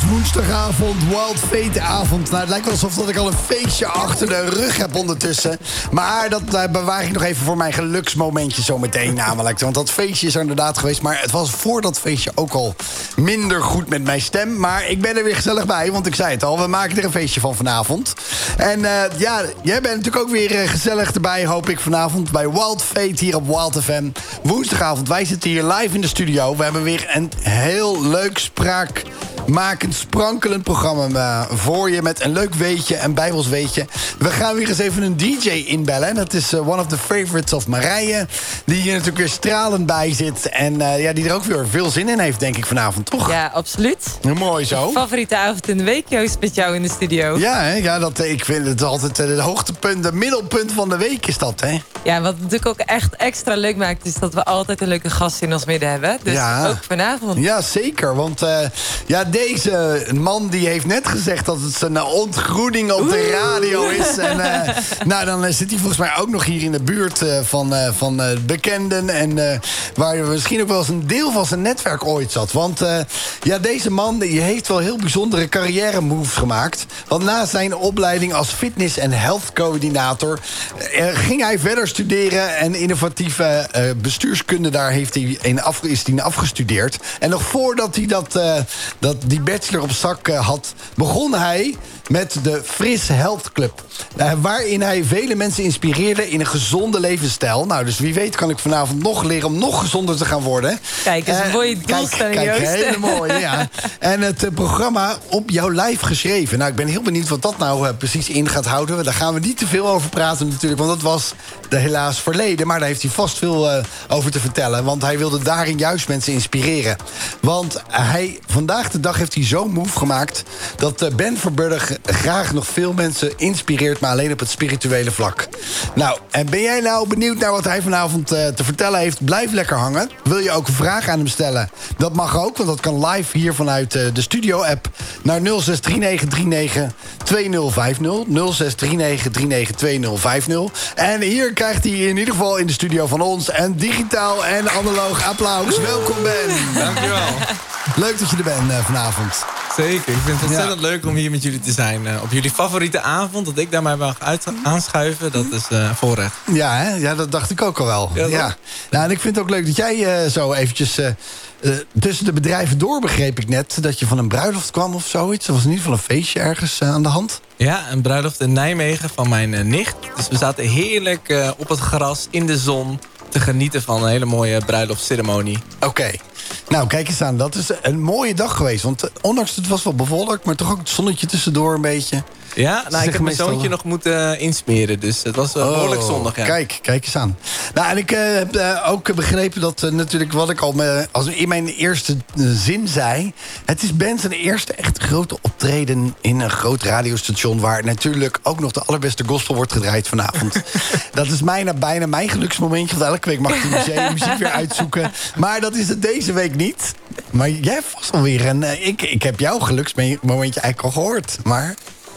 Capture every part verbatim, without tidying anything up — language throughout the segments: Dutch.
Woensdagavond, Wild Fate avond. Nou, het lijkt wel alsof dat ik al een feestje achter de rug heb ondertussen. Maar dat uh, bewaar ik nog even voor mijn geluksmomentje zometeen namelijk. Want dat feestje is er inderdaad geweest. Maar het was voor dat feestje ook al minder goed met mijn stem. Maar ik ben er weer gezellig bij, want ik zei het al. We maken er een feestje van vanavond. En uh, ja, jij bent natuurlijk ook weer uh, gezellig erbij, hoop ik, vanavond bij Wild Fate hier op Wild F M. Woensdagavond, wij zitten hier live in de studio. We hebben weer een heel leuk spraak... makend, sprankelend programma uh, voor je met een leuk weetje, een bijbels weetje. We gaan weer eens even een D J inbellen. En dat is uh, one of the favorites of Marije, die hier natuurlijk weer stralend bij zit. En uh, ja, die er ook weer veel zin in heeft, denk ik, vanavond, toch? Ja, absoluut. Mooi zo. Favoriete avond in de week, Joost, met jou in de studio. Ja, hè? Ja, dat, ik vind het altijd het hoogtepunt, het middelpunt van de week is dat, hè? Ja, wat het natuurlijk ook echt extra leuk maakt, is dat we altijd een leuke gast in ons midden hebben. Dus ja. Ook vanavond. Ja, zeker. Want uh, ja, deze man die heeft net gezegd dat het zijn ontgroening op de radio is. En uh, nou, dan uh, zit hij volgens mij ook nog hier in de buurt uh, van, uh, van uh, bekenden. En uh, waar misschien ook wel eens een deel van zijn netwerk ooit zat. Want uh, ja, deze man die heeft wel heel bijzondere carrière moves gemaakt. Want na zijn opleiding als fitness- en health coördinator uh, ging hij verder studeren. En innovatieve uh, bestuurskunde, daar heeft hij in af, is hij in afgestudeerd. En nog voordat hij dat, uh, dat die bachelor op zak uh, had, begon hij met de Fris Health Club. Uh, waarin hij vele mensen inspireerde in een gezonde levensstijl. Nou, dus wie weet kan ik vanavond nog leren om nog gezonder te gaan worden. Kijk, is een uh, mooie doelstelling, Kijk, Joost. hele mooie, ja. En het uh, programma Op Jouw Lijf geschreven. Nou, ik ben heel benieuwd wat dat nou uh, precies in gaat houden. Daar gaan we niet te veel over praten natuurlijk, want dat was de helaas verleden. Maar daar heeft hij vast veel uh, over te vertellen. Want hij wilde daarin juist mensen inspireren. Want hij, vandaag de dag heeft hij zo'n move gemaakt dat uh, Ben Verburg graag nog veel mensen inspireert, maar alleen op het spirituele vlak. Nou, en ben jij nou benieuwd naar wat hij vanavond uh, te vertellen heeft? Blijf lekker hangen. Wil je ook een vraag aan hem stellen? Dat mag ook, want dat kan live hier vanuit uh, de studio-app naar nul zes drie negen drie negen twee nul vijf nul. nul zes drie negen drie negen twee nul vijf nul. En hier krijgt hij in ieder geval in de studio van ons een digitaal en analoog applaus. Welkom, Ben. Dankjewel. Leuk dat je er bent uh, vanavond. Zeker, ik vind het ontzettend ja. leuk om hier met jullie te zijn. Uh, op jullie favoriete avond, dat ik daar mij mag uit aanschuiven, dat is uh, voorrecht. Ja, hè? Ja, dat dacht ik ook al wel. Ja, ja. Nou, en ik vind het ook leuk dat jij uh, zo eventjes uh, uh, tussen de bedrijven door, begreep ik net, dat je van een bruiloft kwam of zoiets. Er was in ieder geval een feestje ergens uh, aan de hand. Ja, een bruiloft in Nijmegen van mijn uh, nicht. Dus we zaten heerlijk uh, op het gras, in de zon, te genieten van een hele mooie bruiloftsceremonie. Oké. Okay. Nou, kijk eens aan. Dat is een mooie dag geweest. Want uh, ondanks het was wel bewolkt, maar toch ook het zonnetje tussendoor een beetje. Ja, nou, ik heb mijn zoontje nog moeten uh, insmeren. Dus het was uh, oh, behoorlijk zonnig. Ja. Kijk, kijk eens aan. Nou, en ik uh, heb uh, ook begrepen dat uh, natuurlijk wat ik al me, als in mijn eerste uh, zin zei. Het is Ben zijn eerste echt grote optreden in een groot radiostation, waar natuurlijk ook nog de allerbeste gospel wordt gedraaid vanavond. Dat is bijna, bijna mijn geluksmomentje. Want elke week mag ik de museummuziek weer uitzoeken. Maar dat is het deze week niet. Maar jij hebt vast alweer een... Uh, ik, ik heb jouw geluksmomentje eigenlijk al gehoord. Maar...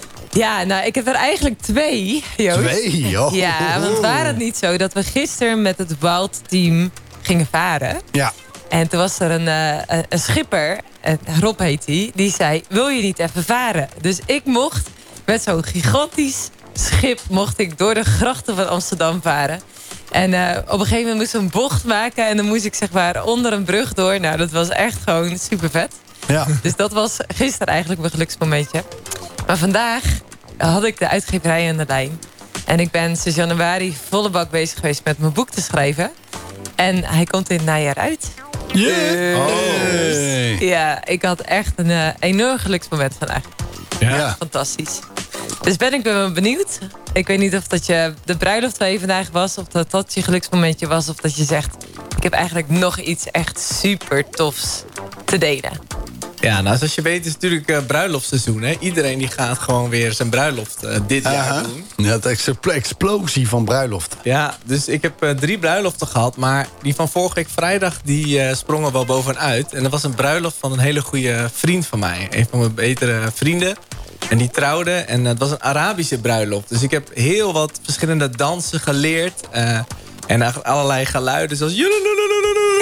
Ja, nou, ik heb er eigenlijk twee, Joost. Twee? Oh. Ja, want waren het niet zo dat we gisteren met het Woud-team gingen varen? Ja. En toen was er een, uh, een schipper, Rob heet hij, die zei, wil je niet even varen? Dus ik mocht met zo'n gigantisch schip mocht ik door de grachten van Amsterdam varen. En uh, op een gegeven moment moest ik een bocht maken en dan moest ik zeg maar onder een brug door. Nou, dat was echt gewoon super vet. Ja. Dus dat was gisteren eigenlijk mijn geluksmomentje. Maar vandaag had ik de uitgeverij aan de lijn. En ik ben sinds januari volle bak bezig geweest met mijn boek te schrijven. En hij komt in het najaar uit. Yeah. Dus, oh. ja, ik had echt een uh, enorm geluksmoment vandaag. Ja. Fantastisch. Dus ben ik ben benieuwd. Ik weet niet of dat je de bruiloft waar je vandaag was, of dat dat je geluksmomentje was, of dat je zegt, ik heb eigenlijk nog iets echt super tofs te delen. Ja, nou, zoals je weet is het natuurlijk uh, bruiloftseizoen. Hè? Iedereen die gaat gewoon weer zijn bruiloft uh, dit uh-huh. jaar doen. Ja, het is een explosie van bruiloft. Ja, dus ik heb uh, drie bruiloften gehad. Maar die van vorige week vrijdag, die uh, sprongen wel bovenuit. En dat was een bruiloft van een hele goede vriend van mij. Een van mijn betere vrienden. En die trouwde. En uh, het was een Arabische bruiloft. Dus ik heb heel wat verschillende dansen geleerd. Uh, en allerlei geluiden zoals...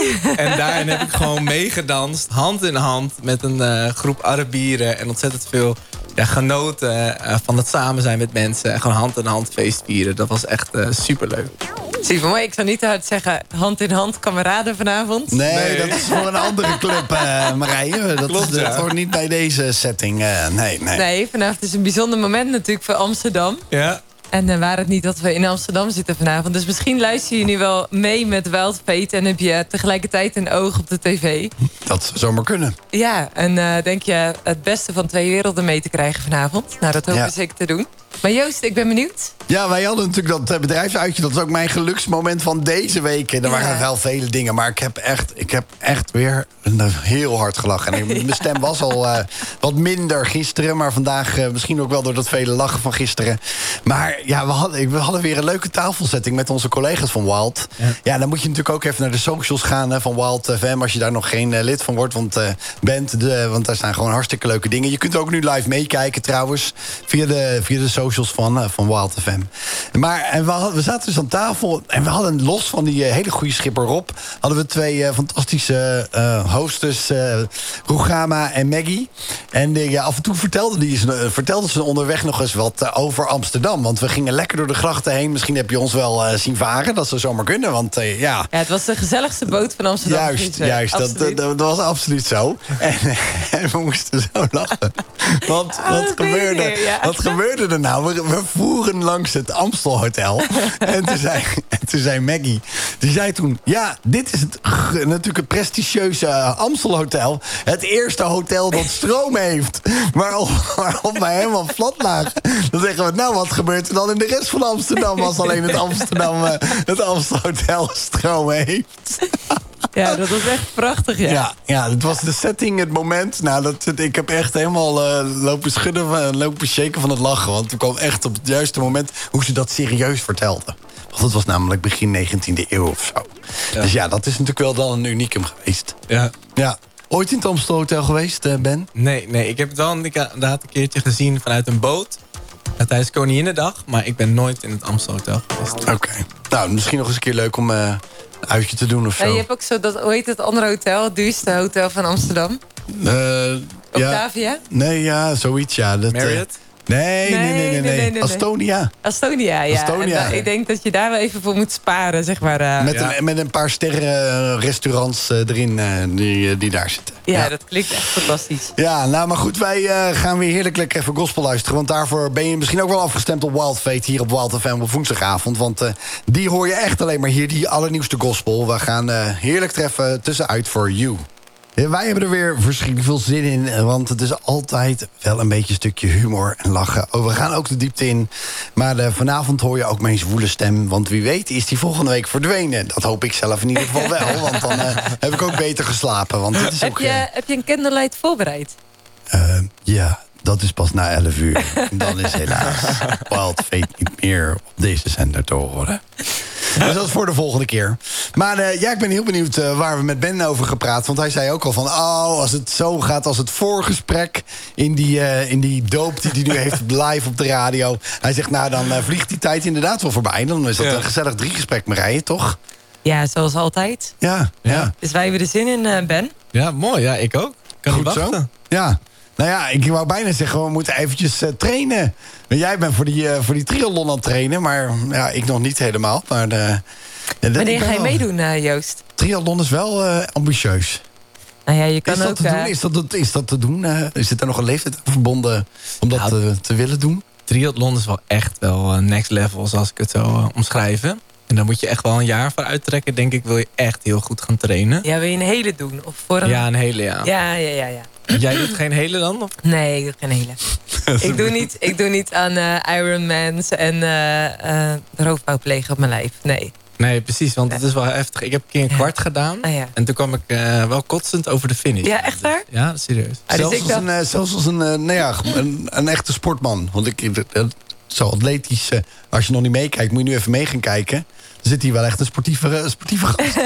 En daarin heb ik gewoon meegedanst, hand in hand... met een uh, groep Arabieren en ontzettend veel ja, genoten uh, van het samen zijn met mensen. En gewoon hand in hand feest vieren. Dat was echt uh, superleuk. Super mooi. Ik zou niet te hard zeggen hand in hand kameraden vanavond. Nee, Nee. dat is voor een andere club, uh, Marije. Dat, Klopt, dat ja. hoort niet bij deze setting. Uh, nee, nee. Nee, vanavond is een bijzonder moment natuurlijk voor Amsterdam. Ja. En uh, waar het niet dat we in Amsterdam zitten vanavond. Dus misschien luister je nu wel mee met Wild Fate... en heb je tegelijkertijd een oog op de tv. Dat zou zomaar kunnen. Ja, en uh, denk je het beste van twee werelden mee te krijgen vanavond? Nou, dat hoop ik Ja. zeker te doen. Maar Joost, ik ben benieuwd. Ja, wij hadden natuurlijk dat eh, bedrijfsuitje. Dat is ook mijn geluksmoment van deze week. En er Ja. waren wel vele dingen. Maar ik heb echt, ik heb echt weer een, heel hard gelachen. En ik- mijn stem was al eh, wat minder gisteren. Maar vandaag eh, misschien ook wel door dat vele lachen van gisteren. Maar ja, we hadden, we hadden weer een leuke tafelzetting met onze collega's van Wild. Ja, Ja. dan moet je natuurlijk ook even naar de socials gaan hè, van Wild F M. Als je daar nog geen eh, lid van wordt. Want, eh, bent de, want daar staan gewoon hartstikke leuke dingen. Je kunt ook nu live meekijken trouwens. Via de, via de socials van, uh, van Wild F M. Maar en we, hadden, we zaten dus aan tafel. En we hadden los van die uh, hele goede schipper Rob... hadden we twee uh, fantastische uh, hostess. Uh, Rugama en Maggie. En uh, ja, af en toe vertelden, die, uh, vertelden ze onderweg nog eens wat uh, over Amsterdam. Want we gingen lekker door de grachten heen. Misschien heb je ons wel uh, zien varen. Dat zou zomaar kunnen. Want uh, ja... Ja, het was de gezelligste boot van Amsterdam. Juist, gisteren. juist. Dat, Absoluut. dat, dat was absoluut zo. En, en we moesten zo lachen. Want Oh, wat, dat weet gebeurde, ik, ja. wat gebeurde er nou? We, we voeren langs het Amstel Hotel. en, toen zei, en toen zei Maggie... Die zei toen... Ja, dit is het, g- natuurlijk het prestigieuze uh, Amstel Hotel. Het eerste hotel dat stroom heeft. Waarop, waarop wij helemaal plat lagen. Dan zeggen we... Nou, wat gebeurt er dan in de rest van Amsterdam... als alleen het Amsterdam, uh, het Amstel Hotel stroom heeft? Ja, dat was echt prachtig, ja. Ja, ja, het was de setting, het moment. Nou, dat, ik heb echt helemaal uh, lopen schudden, van- lopen shaken van het lachen. Want het kwam echt op het juiste moment hoe ze dat serieus vertelde. Want het was namelijk begin negentiende eeuw of zo. Ja. Dus ja, dat is natuurlijk wel dan een unicum geweest. Ja. Ja. Ooit in het Amstel Hotel geweest, uh, Ben? Nee, nee, ik heb het wel een, inderdaad een keertje gezien vanuit een boot. uh, Tijdens Koninginnedag. Maar ik ben nooit in het Amstel Hotel geweest. Oké. Nou, misschien nog eens een keer leuk om uh, een uitje te doen of zo. Ja, je hebt ook zo dat, hoe heet het andere hotel? Het duurste hotel van Amsterdam. Uh, ja, Octavia? nee, ja, zoiets, ja. Dat, uh, Marriott? Nee, nee, nee, nee, nee. nee, nee, nee. Astonia. Astonia, ja. Astonia. En, uh, ik denk dat je daar wel even voor moet sparen, zeg maar. uh, Met, Ja. een, met een paar sterren restaurants uh, erin uh, die, uh, die daar zitten. ja, ja. dat klinkt echt fantastisch. Ja, nou maar goed, wij uh, gaan weer heerlijk lekker even gospel luisteren. Want daarvoor ben je misschien ook wel afgestemd op Wild Fate hier op Wild F M op woensdagavond. Want uh, die hoor je echt alleen maar hier, die allernieuwste gospel. We gaan uh, heerlijk treffen tussenuit voor you. Ja, wij hebben er weer verschrikkelijk veel zin in. Want het is altijd wel een beetje een stukje humor en lachen. Oh, we gaan ook de diepte in. Maar uh, vanavond hoor je ook mijn zwoele stem. Want wie weet is die volgende week verdwenen. Dat hoop ik zelf in ieder geval wel. Want dan uh, heb ik ook beter geslapen. Want dit is Heb ook, je, uh, heb je een candlelight voorbereid? Uh, ja, dat is pas na elf uur. Dan is helaas Wild Fate niet meer op deze zender te horen. Dus dat is voor de volgende keer. Maar uh, ja, ik ben heel benieuwd uh, waar we met Ben over gepraat. Want hij zei ook al van... oh, als het zo gaat als het voorgesprek... in die, uh, in die doop die hij nu heeft live op de radio. Hij zegt, nou, dan uh, vliegt die tijd inderdaad wel voorbij. Dan is dat Ja. een gezellig driegesprek, Marije, toch? Ja, zoals altijd. Ja, ja. Ja. Dus wij hebben er zin in, uh, Ben. Ja, mooi. Ja, ik ook. Kan Goed niet zo. wachten. Ja. Nou ja, ik wou bijna zeggen, we moeten eventjes uh, trainen. Jij bent voor die, uh, voor die triathlon aan het trainen, maar ja, ik nog niet helemaal. Maar, uh, ja, dat- Wanneer ik ben ga je wel- meedoen, uh, Joost? Triathlon is wel uh, ambitieus. Nou ja, je kan Is dat, ook... te doen? uh, Is, dat, is dat te doen? Uh, is er nog een leeftijd aan verbonden om dat Nou, te, te willen doen? Triathlon is wel echt wel uh, next level, zoals ik het zou uh, omschrijven. En daar moet je echt wel een jaar voor uittrekken, denk ik, wil je echt heel goed gaan trainen. ja, wil je een hele doen? Of voor een... Ja, een hele jaar. ja, ja, ja, ja. Jij doet geen hele dan? Of? Nee, ik doe geen hele. ik, doe niet, ik doe niet aan uh, Ironmans en uh, uh, roofbouw plegen op mijn lijf. Nee. Nee, precies, want het is wel heftig. Ik heb een keer een Ja. kwart gedaan. Ah, ja. En toen kwam ik uh, wel kotsend over de finish. Ja, echt waar? Ja, serieus. Ah, dus zelfs, ik als dacht- een, uh, zelfs als een, uh, nou ja, een, een echte sportman. Want ik, uh, zo atletisch, uh, als je nog niet meekijkt, moet je nu even mee gaan kijken. Dan zit hier wel echt een sportieve, uh, sportieve gast.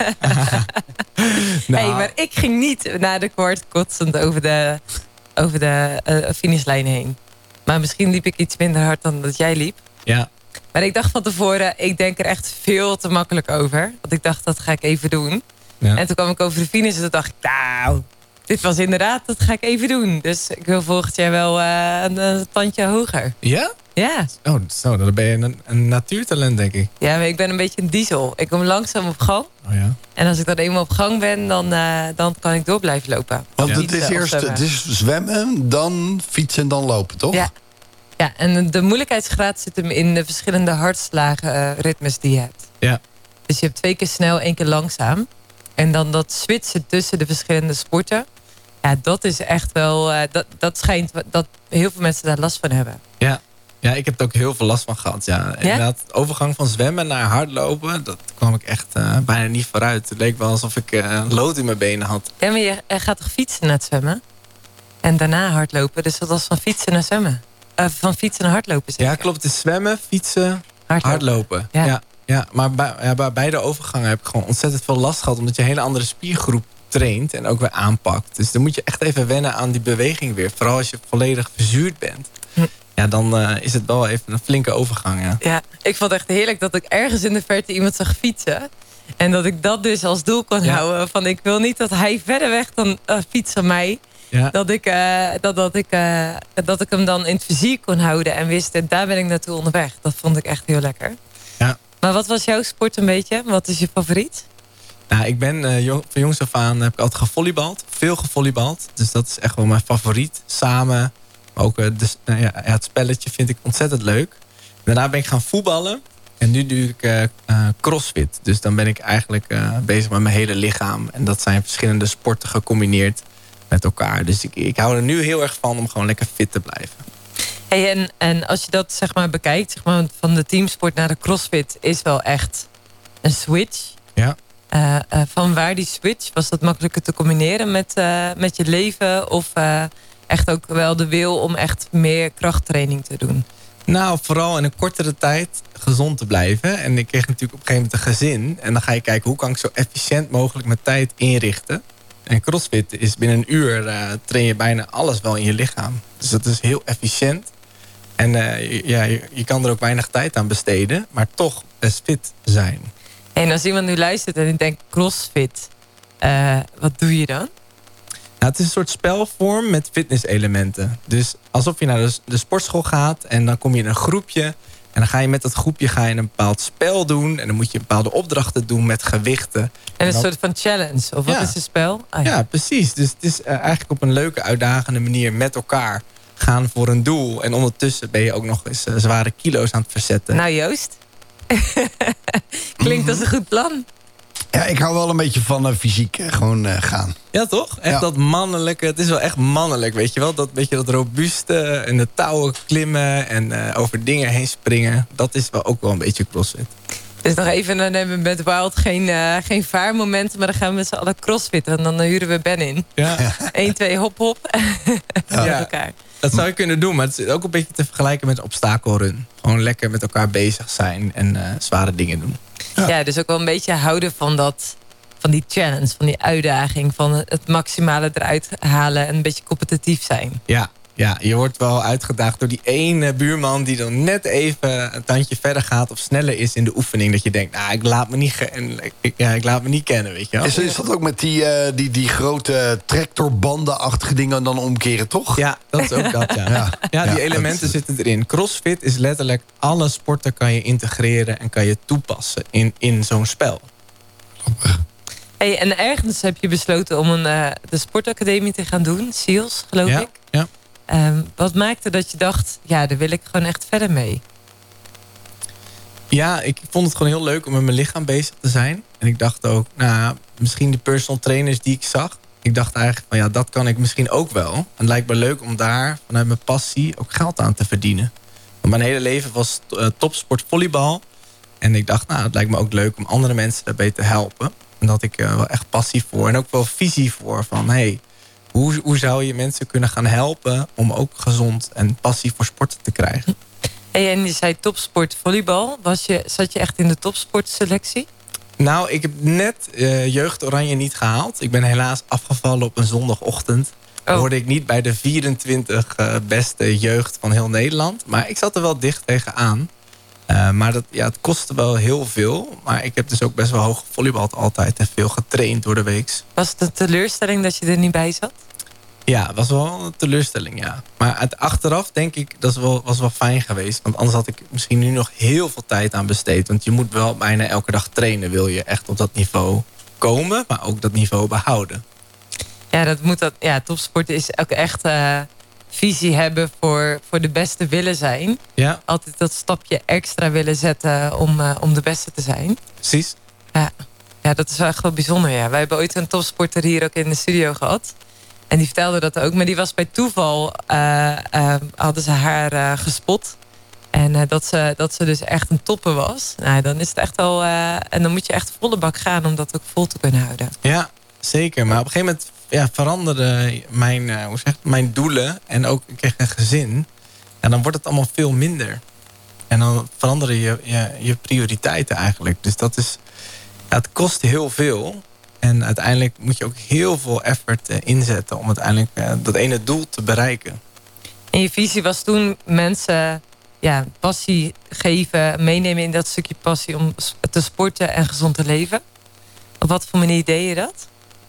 Nou, Hey, maar ik ging niet na de kwart kotsend over de, over de uh, finishlijn heen. Maar misschien liep ik iets minder hard dan dat jij liep. Ja, Maar ik dacht van tevoren, ik denk er echt veel te makkelijk over. Want ik dacht, dat ga ik even doen. Ja. En toen kwam ik over de finish en toen dacht ik, nou, dit was inderdaad, dat ga ik even doen. Dus ik wil volgend jaar wel uh, een, een tandje hoger. Ja? Ja. Oh, zo, dan ben je een, een natuurtalent, denk ik. Ja, maar ik ben een beetje een diesel. Ik kom langzaam op gang. Oh ja. En als ik dan eenmaal op gang ben, dan, uh, dan kan ik door blijven lopen. Want Ja. het is eerst het is zwemmen, dan fietsen en dan lopen, toch? Ja. Ja, en de moeilijkheidsgraad zit hem in de verschillende hartslagen uh, ritmes die je hebt. Ja. Dus je hebt twee keer snel, één keer langzaam. En dan dat switchen tussen de verschillende sporten. Ja, dat is echt wel... Uh, dat, dat schijnt dat heel veel mensen daar last van hebben. Ja. Ja, ik heb er ook heel veel last van gehad. Ja. Ja? Inderdaad, de overgang van zwemmen naar hardlopen, dat kwam ik echt uh, bijna niet vooruit. Het leek wel alsof ik uh, een lood in mijn benen had. Ja, maar je gaat toch fietsen naar het zwemmen? En daarna hardlopen. Dus dat was van fietsen naar zwemmen. Uh, van fietsen naar hardlopen, zeker? Ja, klopt. Het is zwemmen, fietsen, hardlopen. hardlopen. Ja. Ja. Ja, maar bij, ja, bij beide overgangen heb ik gewoon ontzettend veel last gehad. Omdat je een hele andere spiergroep traint en ook weer aanpakt. Dus dan moet je echt even wennen aan die beweging weer. Vooral als je volledig verzuurd bent. Hm. Ja, dan uh, is het wel even een flinke overgang. Ja. Ja, ik vond het echt heerlijk dat ik ergens in de verte iemand zag fietsen. En dat ik dat dus als doel kon ja. houden. Van ik wil niet dat hij verder weg dan uh, fietst van mij. Ja. Dat, ik, uh, dat, dat, ik, uh, dat ik hem dan in het vizier kon houden. En wist, daar ben ik naartoe onderweg. Dat vond ik echt heel lekker. Ja. Maar wat was jouw sport een beetje? Wat is je favoriet? Nou, ik ben uh, jong, van jongs af aan heb ik altijd gevolleybald. Veel gevolleybald. Dus dat is echt wel mijn favoriet. Samen. Maar ook uh, de, uh, ja, het spelletje vind ik ontzettend leuk. Daarna ben ik gaan voetballen. En nu doe ik uh, uh, crossfit. Dus dan ben ik eigenlijk uh, bezig met mijn hele lichaam. En dat zijn verschillende sporten gecombineerd met elkaar. Dus ik, ik hou er nu heel erg van om gewoon lekker fit te blijven. Hey, en, en als je dat zeg maar bekijkt, zeg maar, van de teamsport naar de crossfit is wel echt een switch. Ja. Uh, uh, van waar die switch? Was dat makkelijker te combineren met, uh, met je leven? Of uh, echt ook wel de wil om echt meer krachttraining te doen? Nou, vooral in een kortere tijd gezond te blijven. En ik kreeg natuurlijk op een gegeven moment een gezin. En dan ga je kijken, hoe kan ik zo efficiënt mogelijk mijn tijd inrichten? En crossfit is binnen een uur uh, train je bijna alles wel in je lichaam. Dus dat is heel efficiënt. En uh, ja, je, je kan er ook weinig tijd aan besteden. Maar toch best fit zijn. En als iemand nu luistert en die denkt crossfit, uh, wat doe je dan? Nou, het is een soort spelvorm met fitnesselementen. Dus alsof je naar de, de sportschool gaat en dan kom je in een groepje. En dan ga je met dat groepje ga je een bepaald spel doen. En dan moet je bepaalde opdrachten doen met gewichten. En een en dan... soort van challenge, of wat ja. is het spel? Ah, ja. ja, precies. Dus het is uh, eigenlijk op een leuke, uitdagende manier met elkaar gaan voor een doel. En ondertussen ben je ook nog eens uh, zware kilo's aan het verzetten. Nou Joost, klinkt als een goed plan. Ja, ik hou wel een beetje van uh, fysiek uh, gewoon uh, gaan. Ja, toch? Echt ja. dat mannelijke. Het is wel echt mannelijk, weet je wel. Dat beetje dat robuuste en de touwen klimmen en uh, over dingen heen springen. Dat is wel ook wel een beetje crossfit. Dus nog even, dan hebben we met Wild geen, uh, geen vaarmomenten, maar dan gaan we met z'n allen crossfitten. En dan uh, huren we Ben in. Ja. Eén, twee, hop, hop. Ja. Met elkaar. Dat zou je kunnen doen, maar het is ook een beetje te vergelijken met een obstakelrun. Gewoon lekker met elkaar bezig zijn en uh, zware dingen doen. Ja. ja, dus ook wel een beetje houden van dat, van die challenge, van die uitdaging, van het maximale eruit halen en een beetje competitief zijn. Ja, ja, je wordt wel uitgedaagd door die ene buurman die dan net even een tandje verder gaat of sneller is in de oefening. Dat je denkt, nou, ik laat me niet, ge- ik, ja, ik laat me niet kennen, weet je wel. Is, is dat ook met die, uh, die, die grote tractorbandenachtige dingen dan omkeren, toch? Ja, dat is ook dat, ja. Ja, ja die ja, elementen zitten erin. Crossfit is letterlijk, alle sporten kan je integreren en kan je toepassen in, in zo'n spel. Hey, en ergens heb je besloten om een, uh, de sportacademie te gaan doen, SEALS, geloof ja, ik. Ja. Um, wat maakte dat je dacht, ja, daar wil ik gewoon echt verder mee? Ja, ik vond het gewoon heel leuk om met mijn lichaam bezig te zijn. En ik dacht ook, nou, misschien de personal trainers die ik zag. Ik dacht eigenlijk van, ja, dat kan ik misschien ook wel. En het lijkt me leuk om daar vanuit mijn passie ook geld aan te verdienen. Want mijn hele leven was uh, topsport volleybal. En ik dacht, nou, het lijkt me ook leuk om andere mensen daarbij te helpen. En dat ik uh, wel echt passie voor en ook wel visie voor van, hey, Hoe, hoe zou je mensen kunnen gaan helpen om ook gezond en passie voor sporten te krijgen? Hey, en je zei topsport volleybal. Was je, zat je echt in de topsportselectie? Nou, ik heb net uh, Jeugd Oranje niet gehaald. Ik ben helaas afgevallen op een zondagochtend. Oh. Hoorde ik niet bij de vierentwintig uh, beste jeugd van heel Nederland. Maar ik zat er wel dicht tegenaan. Uh, maar dat, ja, het kostte wel heel veel. Maar ik heb dus ook best wel hoog gevolleybald altijd. En veel getraind door de week. Was het een teleurstelling dat je er niet bij zat? Ja, het was wel een teleurstelling, ja. Maar het achteraf denk ik, dat was wel, was wel fijn geweest. Want anders had ik misschien nu nog heel veel tijd aan besteed. Want je moet wel bijna elke dag trainen. Wil je echt op dat niveau komen, maar ook dat niveau behouden. Ja, dat moet dat. Ja, topsporten is ook echt uh, visie hebben voor, voor de beste willen zijn. Ja. Altijd dat stapje extra willen zetten om, uh, om de beste te zijn. Precies. Ja. Ja, dat is wel echt wel bijzonder. Ja. Wij hebben ooit een topsporter hier ook in de studio gehad. En die vertelde dat ook. Maar die was bij toeval, uh, uh, hadden ze haar uh, gespot. En uh, dat, ze, dat ze dus echt een topper was. Nou, dan is het echt wel. Uh, en dan moet je echt volle bak gaan om dat ook vol te kunnen houden. Ja, zeker. Maar op een gegeven moment ja, veranderden mijn, uh, hoe zeg ik, mijn doelen. En ook, ik kreeg een gezin. En dan wordt het allemaal veel minder. En dan veranderen je, je, je prioriteiten eigenlijk. Dus dat is. Ja, het kost heel veel. En uiteindelijk moet je ook heel veel effort uh, inzetten om uiteindelijk uh, dat ene doel te bereiken. En je visie was toen mensen ja, passie geven, meenemen in dat stukje passie om te sporten en gezond te leven. Op wat voor manier deed je dat?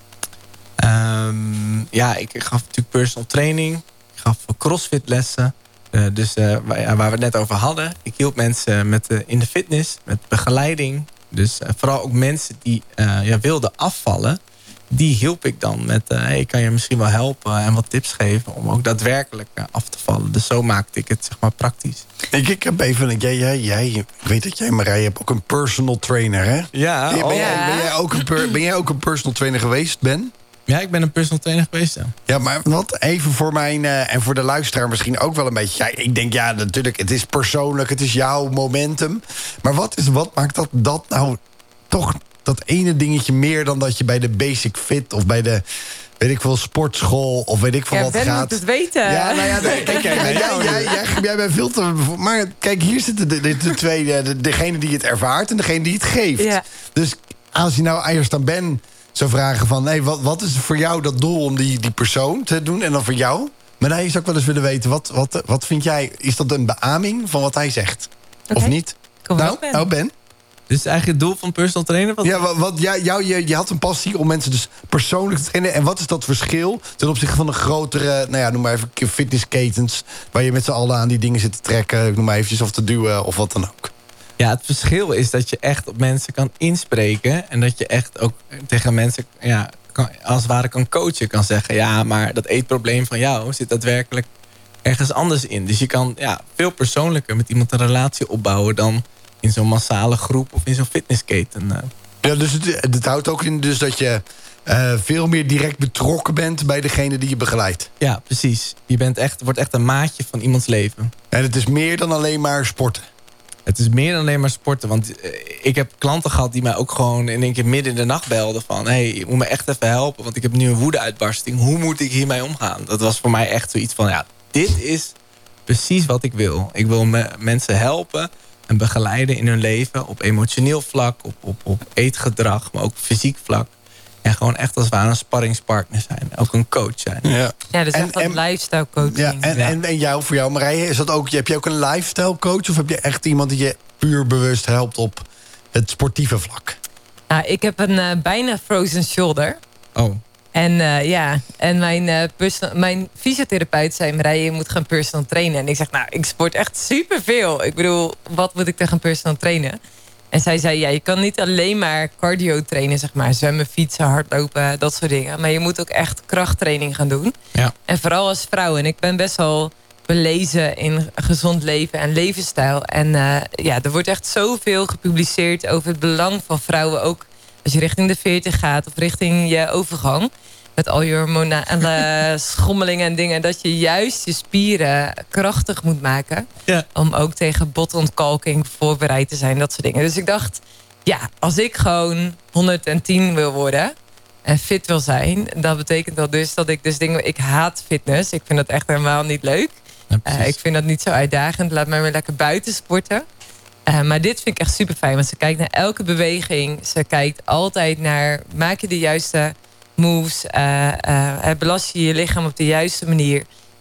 Um, ja, ik gaf natuurlijk personal training. Ik gaf crossfit lessen. Uh, dus uh, waar, waar we het net over hadden. Ik hielp mensen met, uh, in de fitness, met begeleiding. Dus uh, vooral ook mensen die uh, ja, wilden afvallen. Die hielp ik dan met, uh, hey, kan je misschien wel helpen en wat tips geven om ook daadwerkelijk uh, af te vallen. Dus zo maakte ik het zeg maar praktisch. Ik, ik heb even, jij, jij, jij, ik weet dat jij, Marije, hebt ook een personal trainer, hè? Ja. Ben, oh. ben, jij, ben, jij ook een per, ben jij ook een personal trainer geweest, Ben? Ja, ik ben een personal trainer geweest, ja. Ja, maar wat even voor mijn, uh, en voor de luisteraar misschien ook wel een beetje. Ja, ik denk, ja, natuurlijk, het is persoonlijk, het is jouw momentum. Maar wat, is, wat maakt dat, dat nou toch dat ene dingetje meer dan dat je bij de Basic Fit of bij de, weet ik veel, sportschool of weet ik veel ja, wat Ben gaat. moet het weten. Ja, nou ja, nee, kijk, kijk, jij, jij, jij, jij, jij bent veel te. Maar kijk, hier zitten de, de, de twee, de, degene die het ervaart en degene die het geeft. Ja. Dus als je nou eerst aan Ben zou vragen van, hey, wat, wat is voor jou dat doel om die, die persoon te doen en dan voor jou? Maar hij zou ook wel eens willen weten, wat, wat, wat vind jij, is dat een beaming van wat hij zegt? Okay. Of niet? Kom nou, op, Ben. nou, Ben? Dus eigenlijk het doel van personal trainer? Wat... Ja, wat, wat, ja, jou, je, je had een passie om mensen dus persoonlijk te trainen. En wat is dat verschil ten opzichte van een grotere, nou ja, noem maar even fitnessketens, waar je met z'n allen aan die dingen zit te trekken, noem maar eventjes, of te duwen of wat dan ook? Ja, het verschil is dat je echt op mensen kan inspreken. En dat je echt ook tegen mensen ja, kan, als het ware kan coachen. Kan zeggen, ja, maar dat eetprobleem van jou zit daadwerkelijk ergens anders in. Dus je kan ja, veel persoonlijker met iemand een relatie opbouwen dan in zo'n massale groep of in zo'n fitnessketen. Ja, dus het, het houdt ook in dus dat je uh, veel meer direct betrokken bent bij degene die je begeleidt. Ja, precies. Je bent echt, wordt echt een maatje van iemands leven. En het is meer dan alleen maar sporten. Het is meer dan alleen maar sporten. Want uh, ik heb klanten gehad die mij ook gewoon in één keer midden in de nacht belden van, hey, je moet me echt even helpen, want ik heb nu een woedeuitbarsting. Hoe moet ik hiermee omgaan? Dat was voor mij echt zoiets van, ja, dit is precies wat ik wil. Ik wil me, mensen helpen en begeleiden in hun leven op emotioneel vlak, op, op, op eetgedrag, maar ook fysiek vlak. En gewoon echt als het ware een sparringspartner zijn. Ook een coach zijn. Ja, ja dus echt een lifestyle coaching. Ja, en, ja. En, en jou, voor jou, Marije, is dat ook, heb je ook een lifestyle coach? Of heb je echt iemand die je puur bewust helpt op het sportieve vlak? Nou, ik heb een uh, bijna frozen shoulder. Oh. En uh, ja, en mijn, uh, personal, mijn fysiotherapeut zei, Marije, je moet gaan personal trainen. En ik zeg, nou, ik sport echt superveel. Ik bedoel, wat moet ik tegen personal trainen? En zij zei, ja, je kan niet alleen maar cardio trainen, zeg maar. Zwemmen, fietsen, hardlopen, dat soort dingen. Maar je moet ook echt krachttraining gaan doen. Ja. En vooral als vrouw. En ik ben best wel belezen in gezond leven en levensstijl. En uh, ja, er wordt echt zoveel gepubliceerd over het belang van vrouwen. Ook als je richting de veertig gaat of richting je overgang. Met al je hormonale schommelingen en dingen. Dat je juist je spieren krachtig moet maken. Ja. Om ook tegen botontkalking voorbereid te zijn. Dat soort dingen. Dus ik dacht, ja, als ik gewoon honderdtien wil worden en fit wil zijn. Dat betekent dat dus dat ik dus dingen... Ik haat fitness. Ik vind dat echt helemaal niet leuk. Ja, uh, ik vind dat niet zo uitdagend. Laat mij maar lekker buiten sporten. Uh, maar dit vind ik echt super fijn. Want ze kijkt naar elke beweging. Ze kijkt altijd naar, maak je de juiste moves? Uh, uh, belast je je lichaam op de juiste manier?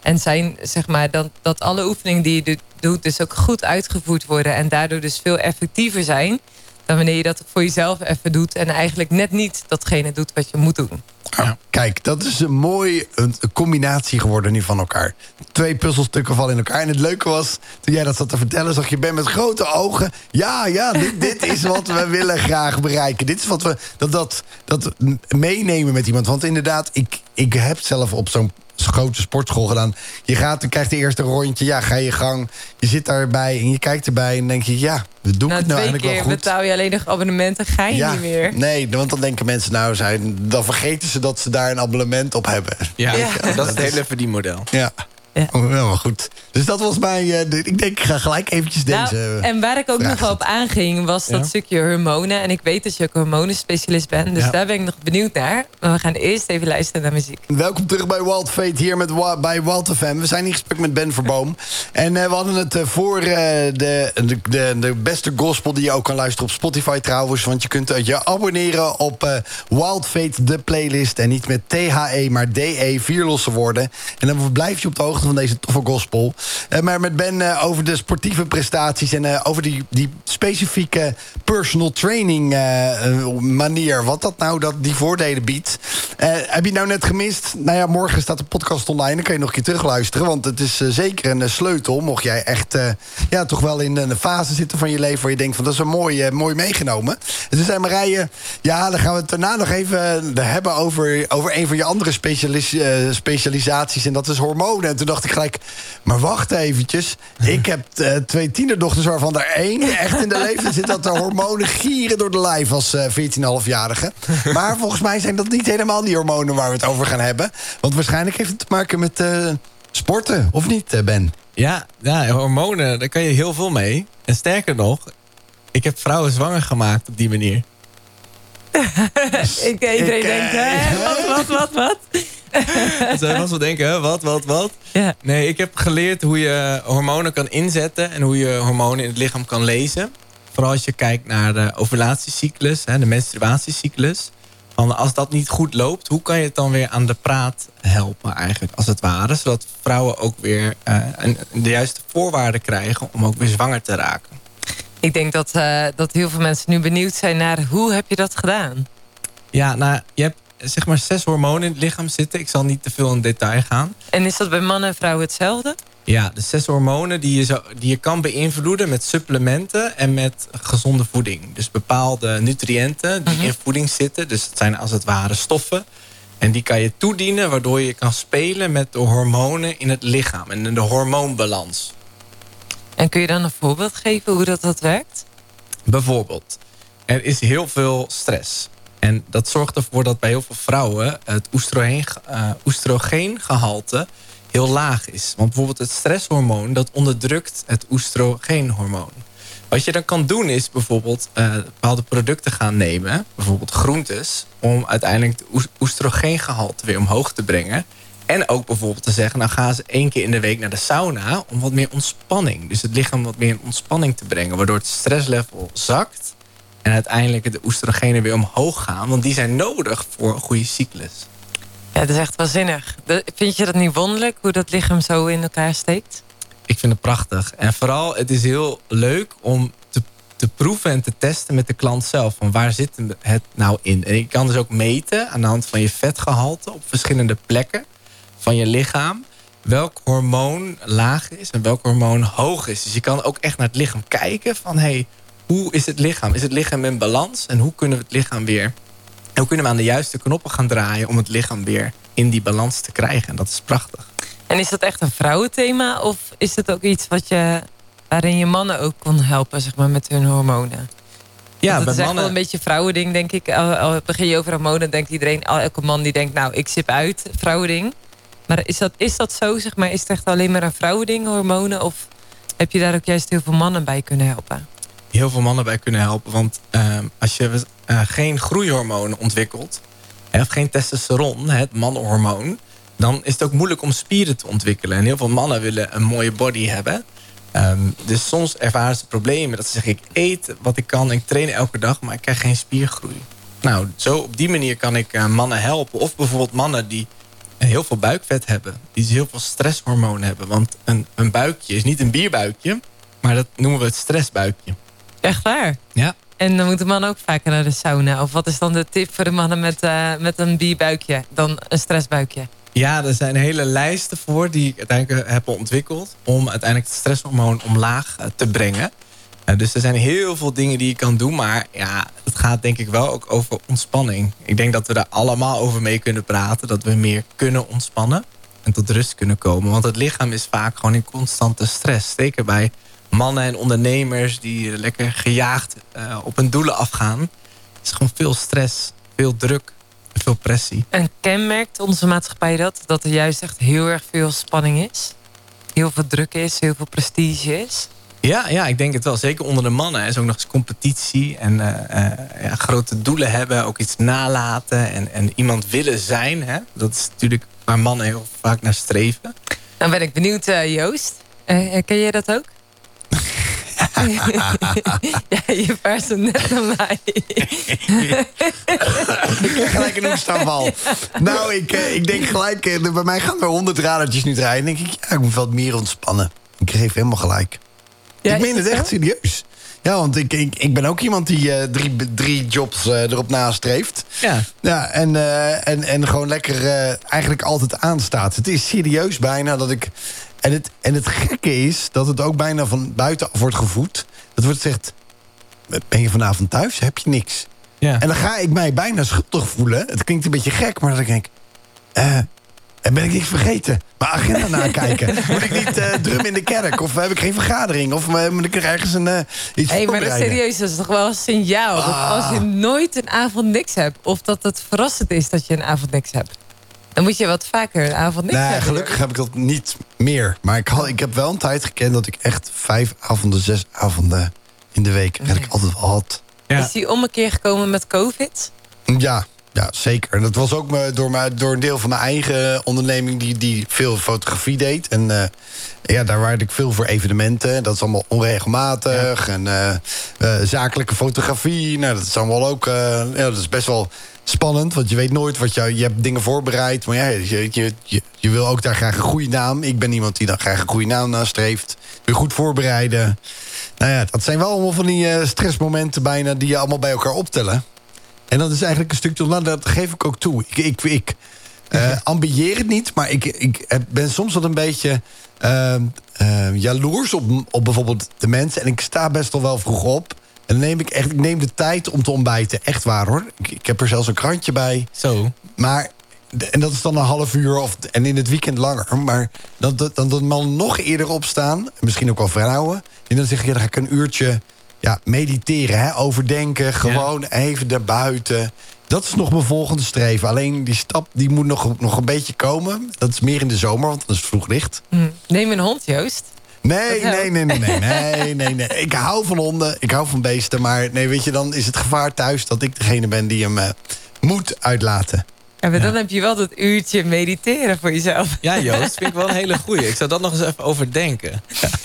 En zijn, zeg maar, dat, dat alle oefeningen die je doet dus ook goed uitgevoerd worden. En daardoor dus veel effectiever zijn dan wanneer je dat voor jezelf even doet. En eigenlijk net niet datgene doet wat je moet doen. Ja. Kijk, dat is een mooie een, een combinatie geworden nu van elkaar. Twee puzzelstukken vallen in elkaar. En het leuke was, toen jij dat zat te vertellen, zag je Ben met grote ogen. Ja, ja, dit, dit is wat we willen graag bereiken. Dit is wat we, dat, dat, dat meenemen met iemand. Want inderdaad, ik, ik heb zelf op zo'n grote sportschool gedaan. Je gaat, dan krijgt de eerste rondje, ja, ga je gang. Je zit daarbij en je kijkt erbij en denk je, ja, we doen nou, het nou twee eigenlijk keer wel goed. betaal je alleen nog abonnementen, ga je ja, niet meer. Nee, want dan denken mensen, nou, zijn, dan vergeten ze dat ze daar een abonnement op hebben. Ja, Ja. dat is het hele verdienmodel. Ja. Ja. Oh, wel maar goed. Dus dat was mijn... Uh, de, ik denk, ik ga gelijk eventjes deze... Nou, en waar ik ook vraag nog wel op aanging, was dat Ja. stukje hormonen. En ik weet dat je ook hormonenspecialist bent. Dus Ja. daar ben ik nog benieuwd naar. Maar we gaan eerst even luisteren naar muziek. Welkom terug bij Wild Fate hier met, Wa- bij Wild F M. We zijn in gesprek met Ben Verboom. En uh, we hadden het uh, voor uh, de, de, de, de beste gospel die je ook kan luisteren op Spotify trouwens. Want je kunt uh, je abonneren op uh, Wild Fate, de playlist. En niet met T H E, maar D E, vier losse woorden. En dan blijf je op de hoogte van deze toffe gospel. Uh, maar met Ben uh, over de sportieve prestaties en uh, over die, die specifieke personal training uh, uh, manier. Wat dat nou dat die voordelen biedt. Uh, heb je nou net gemist? Nou ja, morgen staat de podcast online. Dan kan je nog een keer terugluisteren. Want het is uh, zeker een uh, sleutel. Mocht jij echt uh, ja, toch wel in een fase zitten van je leven waar je denkt van dat is een mooi, uh, mooi meegenomen. En toen zei Marije, ja, dan gaan we het daarna nog even uh, hebben over, over een van je andere specialis, uh, specialisaties. En dat is hormonen. En toen dacht ik gelijk, maar wacht eventjes. Ik heb uh, twee tienerdochters waarvan er één echt in de leeftijd zit dat de hormonen gieren door de lijf als uh, veertien komma vijf-jarige. Maar volgens mij zijn dat niet helemaal die hormonen waar we het over gaan hebben. Want waarschijnlijk heeft het te maken met uh, sporten, of niet, uh, Ben? Ja, ja, hormonen, daar kan je heel veel mee. En sterker nog, ik heb vrouwen zwanger gemaakt op die manier. ik, iedereen ik, denkt, uh, hè? Wat, wat, wat, wat? Zij was wel denken, hè? wat, wat, wat? Ja. Nee, ik heb geleerd hoe je hormonen kan inzetten en hoe je hormonen in het lichaam kan lezen. Vooral als je kijkt naar de ovulatiecyclus, hè, de menstruatiecyclus. Van als dat niet goed loopt, hoe kan je het dan weer aan de praat helpen eigenlijk, als het ware. Zodat vrouwen ook weer uh, een, de juiste voorwaarden krijgen om ook weer zwanger te raken. Ik denk dat, uh, dat heel veel mensen nu benieuwd zijn naar hoe heb je dat gedaan? Ja, nou, je hebt zeg maar zes hormonen in het lichaam zitten. Ik zal niet te veel in detail gaan. En is dat bij mannen en vrouwen hetzelfde? Ja, de zes hormonen die je, zo, die je kan beïnvloeden met supplementen en met gezonde voeding. Dus bepaalde nutriënten die Mhm. in voeding zitten. Dus het zijn als het ware stoffen. En die kan je toedienen waardoor je kan spelen met de hormonen in het lichaam. En de hormoonbalans. En kun je dan een voorbeeld geven hoe dat, dat werkt? Bijvoorbeeld, er is heel veel stress. En dat zorgt ervoor dat bij heel veel vrouwen het oestrogeen, uh, oestrogeengehalte heel laag is. Want bijvoorbeeld het stresshormoon, dat onderdrukt het oestrogeenhormoon. Wat je dan kan doen is bijvoorbeeld uh, bepaalde producten gaan nemen. Bijvoorbeeld groentes. Om uiteindelijk het oestrogeengehalte weer omhoog te brengen. En ook bijvoorbeeld te zeggen, nou gaan ze één keer in de week naar de sauna. Om wat meer ontspanning. Dus het lichaam wat meer in ontspanning te brengen. Waardoor het stresslevel zakt. En uiteindelijk de oestrogenen weer omhoog gaan. Want die zijn nodig voor een goede cyclus. Ja, dat is echt waanzinnig. De- Vind je dat niet wonderlijk, hoe dat lichaam zo in elkaar steekt? Ik vind het prachtig. En vooral, het is heel leuk om te, te proeven en te testen met de klant zelf. Van waar zit het nou in? En je kan dus ook meten aan de hand van je vetgehalte op verschillende plekken van je lichaam. Welk hormoon laag is en welk hormoon hoog is. Dus je kan ook echt naar het lichaam kijken van, hey, hoe is het lichaam? Is het lichaam in balans? En hoe kunnen we het lichaam weer... hoe kunnen we aan de juiste knoppen gaan draaien om het lichaam weer in die balans te krijgen? En dat is prachtig. En is dat echt een vrouwenthema? Of is het ook iets wat je, waarin je mannen ook kon helpen, zeg maar, met hun hormonen? Ja, dat bij is echt mannen... wel een beetje vrouwending, denk ik. Al, al begin je over hormonen, denkt iedereen, elke man die denkt, nou, ik zip uit, vrouwending. Maar is dat, is dat zo, zeg maar? Is het echt alleen maar een vrouwending, hormonen? Of heb je daar ook juist heel veel mannen bij kunnen helpen? Heel veel mannen bij kunnen helpen. Want uh, als je uh, geen groeihormonen ontwikkelt, of geen testosteron, het mannenhormoon, dan is het ook moeilijk om spieren te ontwikkelen. En heel veel mannen willen een mooie body hebben. Um, dus soms ervaren ze problemen dat ze zeggen, ik eet wat ik kan, ik train elke dag, maar ik krijg geen spiergroei. Nou, zo op die manier kan ik uh, mannen helpen. Of bijvoorbeeld mannen die heel veel buikvet hebben. Die heel veel stresshormonen hebben. Want een, een buikje is niet een bierbuikje, maar dat noemen we het stressbuikje. Echt waar? Ja. En dan moet de man ook vaker naar de sauna. Of wat is dan de tip voor de mannen met, uh, met een bierbuikje dan een stressbuikje? Ja, er zijn hele lijsten voor die ik uiteindelijk heb ontwikkeld om uiteindelijk het stresshormoon omlaag uh, te brengen. Uh, dus er zijn heel veel dingen die je kan doen, maar ja, het gaat denk ik wel ook over ontspanning. Ik denk dat we daar allemaal over mee kunnen praten, dat we meer kunnen ontspannen en tot rust kunnen komen. Want het lichaam is vaak gewoon in constante stress. Zeker bij mannen en ondernemers die lekker gejaagd uh, op hun doelen afgaan. Het is gewoon veel stress, veel druk, veel pressie. En kenmerkt onze maatschappij dat? Dat er juist echt heel erg veel spanning is? Heel veel druk is, heel veel prestige is? Ja, ja, ik denk het wel. Zeker onder de mannen. Er is ook nog eens competitie en uh, uh, ja, grote doelen hebben. Ook iets nalaten en, en iemand willen zijn. Hè? Dat is natuurlijk waar mannen heel vaak naar streven. Dan ben ik benieuwd, uh, Joost. Uh, ken jij dat ook? Ja, je paart zo net naar mij. Ik krijg gelijk een hoestaanval. Nou, ik, ik denk gelijk, bij mij gaan er honderd radertjes nu draaien. Dan denk ik, ja, ik moet wat meer ontspannen. Ik geef helemaal gelijk. Ja, ik meen het echt serieus. Ja, want ik, ik, ik ben ook iemand die uh, drie, drie jobs uh, erop nastreeft. Ja. Ja, en, uh, en, en gewoon lekker uh, eigenlijk altijd aanstaat. Het is serieus bijna dat ik... En het, en het gekke is dat het ook bijna van buitenaf wordt gevoed. Dat wordt gezegd, ben je vanavond thuis? Heb je niks? Ja. En dan ga ik mij bijna schuldig voelen. Het klinkt een beetje gek, maar dan denk ik... Uh, En ben ik niks vergeten? Mijn agenda nakijken. Moet ik niet uh, drum in de kerk? Of heb ik geen vergadering? Of uh, moet ik er ergens een, uh, iets hey, maar dat voorbereiden? serieus, dat is toch wel een signaal. Ah. Dat als je nooit een avond niks hebt... of dat het verrassend is dat je een avond niks hebt... dan moet je wat vaker een avond niks nee, hebben. Gelukkig heb ik dat niet meer. Maar ik, had, ik heb wel een tijd gekend dat ik echt vijf avonden, zes avonden in de week... Nee. ik altijd wel had. Ja. Is die ommekeer gekomen met COVID? Ja, ja, zeker. En dat was ook me, door, me, door een deel van mijn eigen onderneming... die, die veel fotografie deed. En uh, ja, daar waarde ik veel voor evenementen. Dat is allemaal onregelmatig. Ja. En uh, uh, zakelijke fotografie. Nou, dat is allemaal ook... Uh, ja, dat is best wel spannend. Want je weet nooit wat je... Je hebt dingen voorbereid. Maar ja, je, je, je, je wil ook daar graag een goede naam. Ik ben iemand die dan graag een goede naam nastreeft. Wil goed voorbereiden. Nou ja, dat zijn wel allemaal van die uh, stressmomenten bijna... die je allemaal bij elkaar optellen. En dat is eigenlijk een stukje... Nou, dat geef ik ook toe. Ik, ik, ik uh, ambieer het niet, maar ik, ik ben soms wel een beetje... Uh, uh, jaloers op, op bijvoorbeeld de mensen. En ik sta best wel wel vroeg op. En dan neem ik echt ik neem de tijd om te ontbijten. Echt waar, hoor. Ik, ik heb er zelfs een krantje bij. Zo. Maar... En dat is dan een half uur of, en in het weekend langer. Maar dan dat, dat, dat man nog eerder opstaan... misschien ook wel vrouwen... en dan zeg je, dan ga ik een uurtje... Ja, mediteren, hè, overdenken, gewoon ja. even daarbuiten. Dat is nog mijn volgende streven. Alleen die stap die moet nog, nog een beetje komen. Dat is meer in de zomer, want dan is het vroeg licht. Hm. Neem een hond, Joost. Nee, nee, nee, nee, nee, nee, nee, nee. Ik hou van honden, ik hou van beesten. Maar nee, weet je, dan is het gevaar thuis... dat ik degene ben die hem uh, moet uitlaten. Ja, maar ja. dan heb je wel dat uurtje mediteren voor jezelf. Ja, Joost, vind ik wel een hele goeie. Ik zou dat nog eens even overdenken.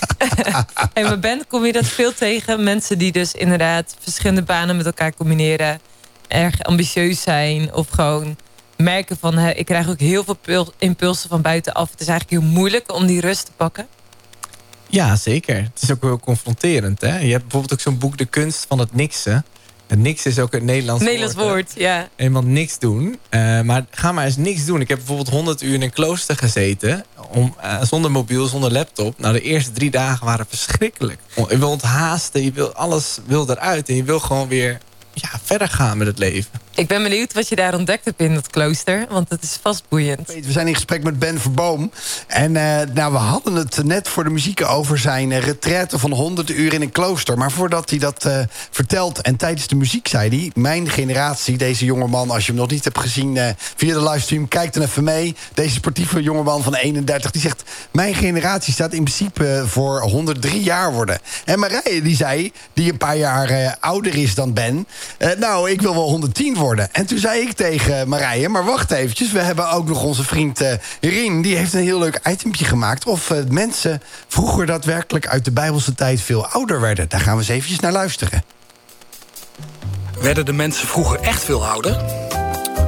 En bij Ben kom je dat veel tegen. Mensen die dus inderdaad verschillende banen met elkaar combineren. Erg ambitieus zijn. Of gewoon merken van... Hè, ik krijg ook heel veel impulsen van buitenaf. Het is eigenlijk heel moeilijk om die rust te pakken. Ja, zeker. Het is ook heel confronterend. Hè? Je hebt bijvoorbeeld ook zo'n boek De Kunst van het Niksen. En niks is ook een Nederlands, Nederlands woord. woord ja. Eenmaal niks doen. Uh, maar ga maar eens niks doen. Ik heb bijvoorbeeld honderd uur in een klooster gezeten. Om, uh, zonder mobiel, zonder laptop. Nou, de eerste drie dagen waren verschrikkelijk. Je wil onthaasten, je wil, alles wil eruit. En je wil gewoon weer ja, verder gaan met het leven. Ik ben benieuwd wat je daar ontdekt hebt in dat klooster. Want het is vast boeiend. We zijn in gesprek met Ben Verboom. En uh, nou, we hadden het net voor de muziek over zijn uh, retraite van honderd uur in een klooster. Maar voordat hij dat uh, vertelt en tijdens de muziek zei hij... mijn generatie, deze jongeman, als je hem nog niet hebt gezien... Uh, via de livestream, kijk dan even mee. Deze sportieve jongeman van eenendertig, die zegt... mijn generatie staat in principe voor honderddrie jaar worden. En Marije, die zei, die een paar jaar uh, ouder is dan Ben... Uh, nou, ik wil wel honderdtien worden. En toen zei ik tegen Marije, maar wacht eventjes... we hebben ook nog onze vriend uh, Rien... die heeft een heel leuk itempje gemaakt... of uh, mensen vroeger daadwerkelijk uit de Bijbelse tijd veel ouder werden. Daar gaan we eens eventjes naar luisteren. Werden de mensen vroeger echt veel ouder?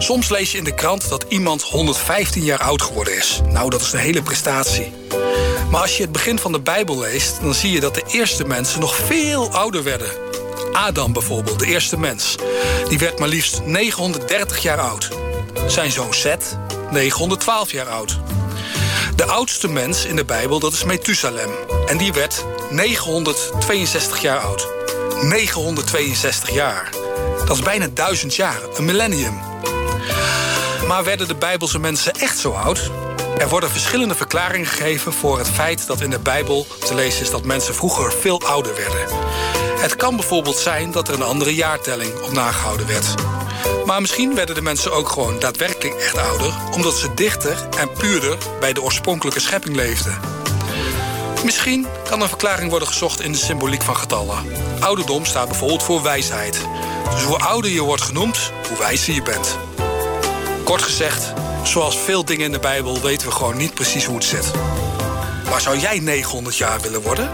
Soms lees je in de krant dat iemand honderdvijftien jaar oud geworden is. Nou, dat is een hele prestatie. Maar als je het begin van de Bijbel leest, dan zie je dat de eerste mensen nog veel ouder werden. Adam bijvoorbeeld, de eerste mens. Die werd maar liefst negenhonderddertig jaar oud. Zijn zoon Seth, negenhonderdtwaalf jaar oud. De oudste mens in de Bijbel, dat is Methusalem. En die werd negenhonderdtweeënzestig jaar oud. negenhonderdtweeënzestig jaar. Dat is bijna duizend jaar, een millennium. Maar werden de Bijbelse mensen echt zo oud? Er worden verschillende verklaringen gegeven voor het feit dat in de Bijbel te lezen is dat mensen vroeger veel ouder werden. Het kan bijvoorbeeld zijn dat er een andere jaartelling op nagehouden werd. Maar misschien werden de mensen ook gewoon daadwerkelijk echt ouder, omdat ze dichter en puurder bij de oorspronkelijke schepping leefden. Misschien kan een verklaring worden gezocht in de symboliek van getallen. Ouderdom staat bijvoorbeeld voor wijsheid. Dus hoe ouder je wordt genoemd, hoe wijzer je bent. Kort gezegd, zoals veel dingen in de Bijbel weten we gewoon niet precies hoe het zit. Maar zou jij negenhonderd jaar willen worden?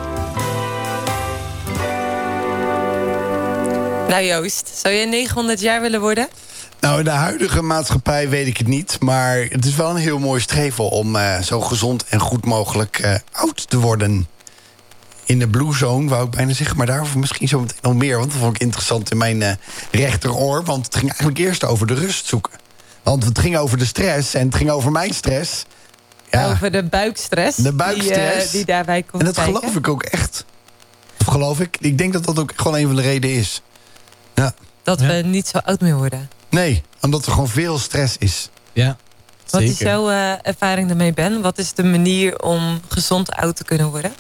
Nou Joost, zou jij negenhonderd jaar willen worden? Nou, in de huidige maatschappij weet ik het niet. Maar het is wel een heel mooi streven om uh, zo gezond en goed mogelijk uh, oud te worden. In de Blue Zone, wou ik bijna zeggen. Maar daarover misschien zo meteen nog meer. Want dat vond ik interessant in mijn uh, rechteroor. Want het ging eigenlijk eerst over de rust zoeken. Want het ging over de stress en het ging over mijn stress. Ja, over de buikstress. De buikstress. Die, uh, die daarbij komt En dat kijken. geloof ik ook echt. Of geloof ik? Ik denk dat dat ook gewoon een van de redenen is. Ja. Dat Ja. we niet zo oud meer worden. Nee, omdat er gewoon veel stress is. Ja, Wat zeker. is jouw uh, ervaring daarmee, Ben? Wat is de manier om gezond oud te kunnen worden?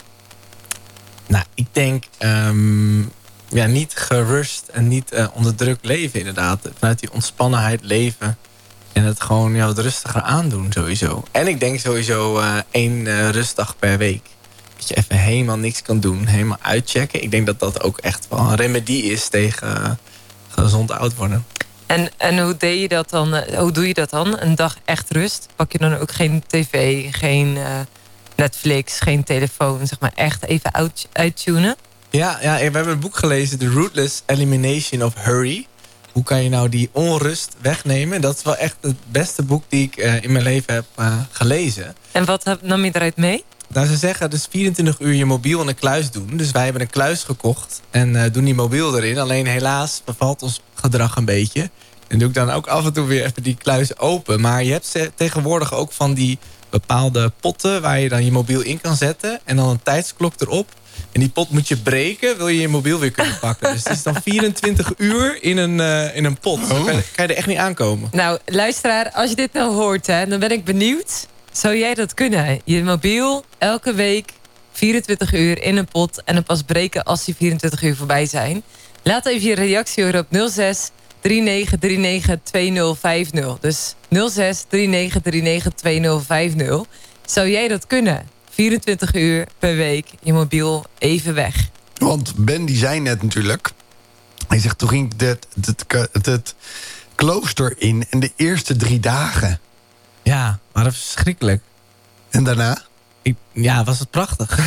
Nou, ik denk um, ja, niet gerust en niet uh, onder druk leven inderdaad. Vanuit die ontspannenheid leven. En het gewoon ja, wat rustiger aandoen sowieso. En ik denk sowieso uh, één uh, rustdag per week. Dat je even helemaal niks kan doen. Helemaal uitchecken. Ik denk dat dat ook echt wel een remedie is tegen uh, gezond oud worden. En, en hoe, deed je dat dan, uh, hoe doe je dat dan? Een dag echt rust? Pak je dan ook geen tv, geen uh, Netflix, geen telefoon? Zeg maar echt even uit, uittunen? Ja, ja, we hebben een boek gelezen. The Rootless Elimination of Hurry. Hoe kan je nou die onrust wegnemen? Dat is wel echt het beste boek die ik uh, in mijn leven heb uh, gelezen. En wat heb, nam je eruit mee? Nou, ze zeggen dus vierentwintig uur je mobiel in een kluis doen. Dus wij hebben een kluis gekocht en uh, doen die mobiel erin. Alleen helaas vervalt ons gedrag een beetje. En doe ik dan ook af en toe weer even die kluis open. Maar je hebt tegenwoordig ook van die bepaalde potten waar je dan je mobiel in kan zetten. En dan een tijdsklok erop. En die pot moet je breken, wil je je mobiel weer kunnen pakken. Dus het is dan vierentwintig uur in een, uh, in een pot. Dan kan je, kan je er echt niet aankomen. Nou, luisteraar, als je dit nou hoort, hè, dan ben ik benieuwd. Zou jij dat kunnen? Je mobiel elke week vierentwintig uur in een pot en dan pas breken als die vierentwintig uur voorbij zijn. Laat even je reactie horen op nul zes drie negen drie negen twee nul vijf nul. Dus nul zes drie negen drie negen twee nul vijf nul. Zou jij dat kunnen? vierentwintig uur per week je mobiel even weg. Want Ben die zei net natuurlijk. Hij zegt, toen ging ik het, het, het, het klooster in en de eerste drie dagen. Ja, maar dat is verschrikkelijk. En daarna? Ik, ja, was het prachtig.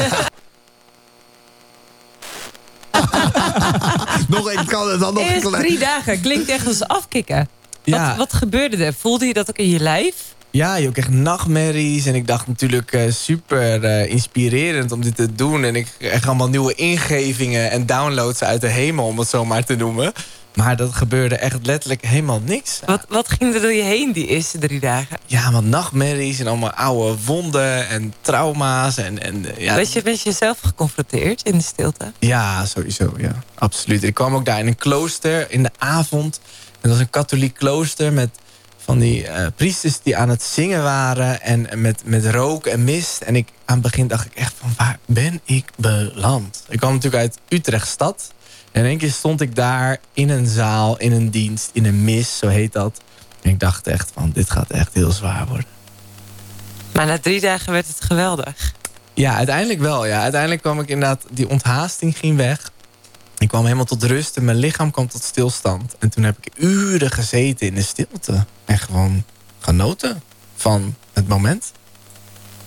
nog één kan het dan nog Eerst een drie dagen, klinkt echt als afkicken. Ja. Wat, wat gebeurde er? Voelde je dat ook in je lijf? Ja, je ook echt nachtmerries. En ik dacht natuurlijk uh, super uh, inspirerend om dit te doen. En ik kreeg allemaal nieuwe ingevingen en downloads uit de hemel, om het zo maar te noemen. Maar dat gebeurde echt letterlijk helemaal niks. Wat, wat ging er door je heen die eerste drie dagen? Ja, want nachtmerries en allemaal oude wonden en trauma's. En, en, ja, Was je met jezelf geconfronteerd in de stilte? Ja, sowieso, ja. Absoluut. Ik kwam ook daar in een klooster in de avond. Het was een katholiek klooster met van die uh, priesters die aan het zingen waren. En, en met, met rook en mist. En ik, aan het begin dacht ik echt van, waar ben ik beland? Ik kwam natuurlijk uit Utrechtstad. En in één keer stond ik daar in een zaal, in een dienst, in een mis, zo heet dat. En ik dacht echt van, dit gaat echt heel zwaar worden. Maar na drie dagen werd het geweldig. Ja, uiteindelijk wel. Ja. Uiteindelijk kwam ik inderdaad, die onthaasting ging weg. Ik kwam helemaal tot rust en mijn lichaam kwam tot stilstand. En toen heb ik uren gezeten in de stilte. En gewoon genoten van het moment.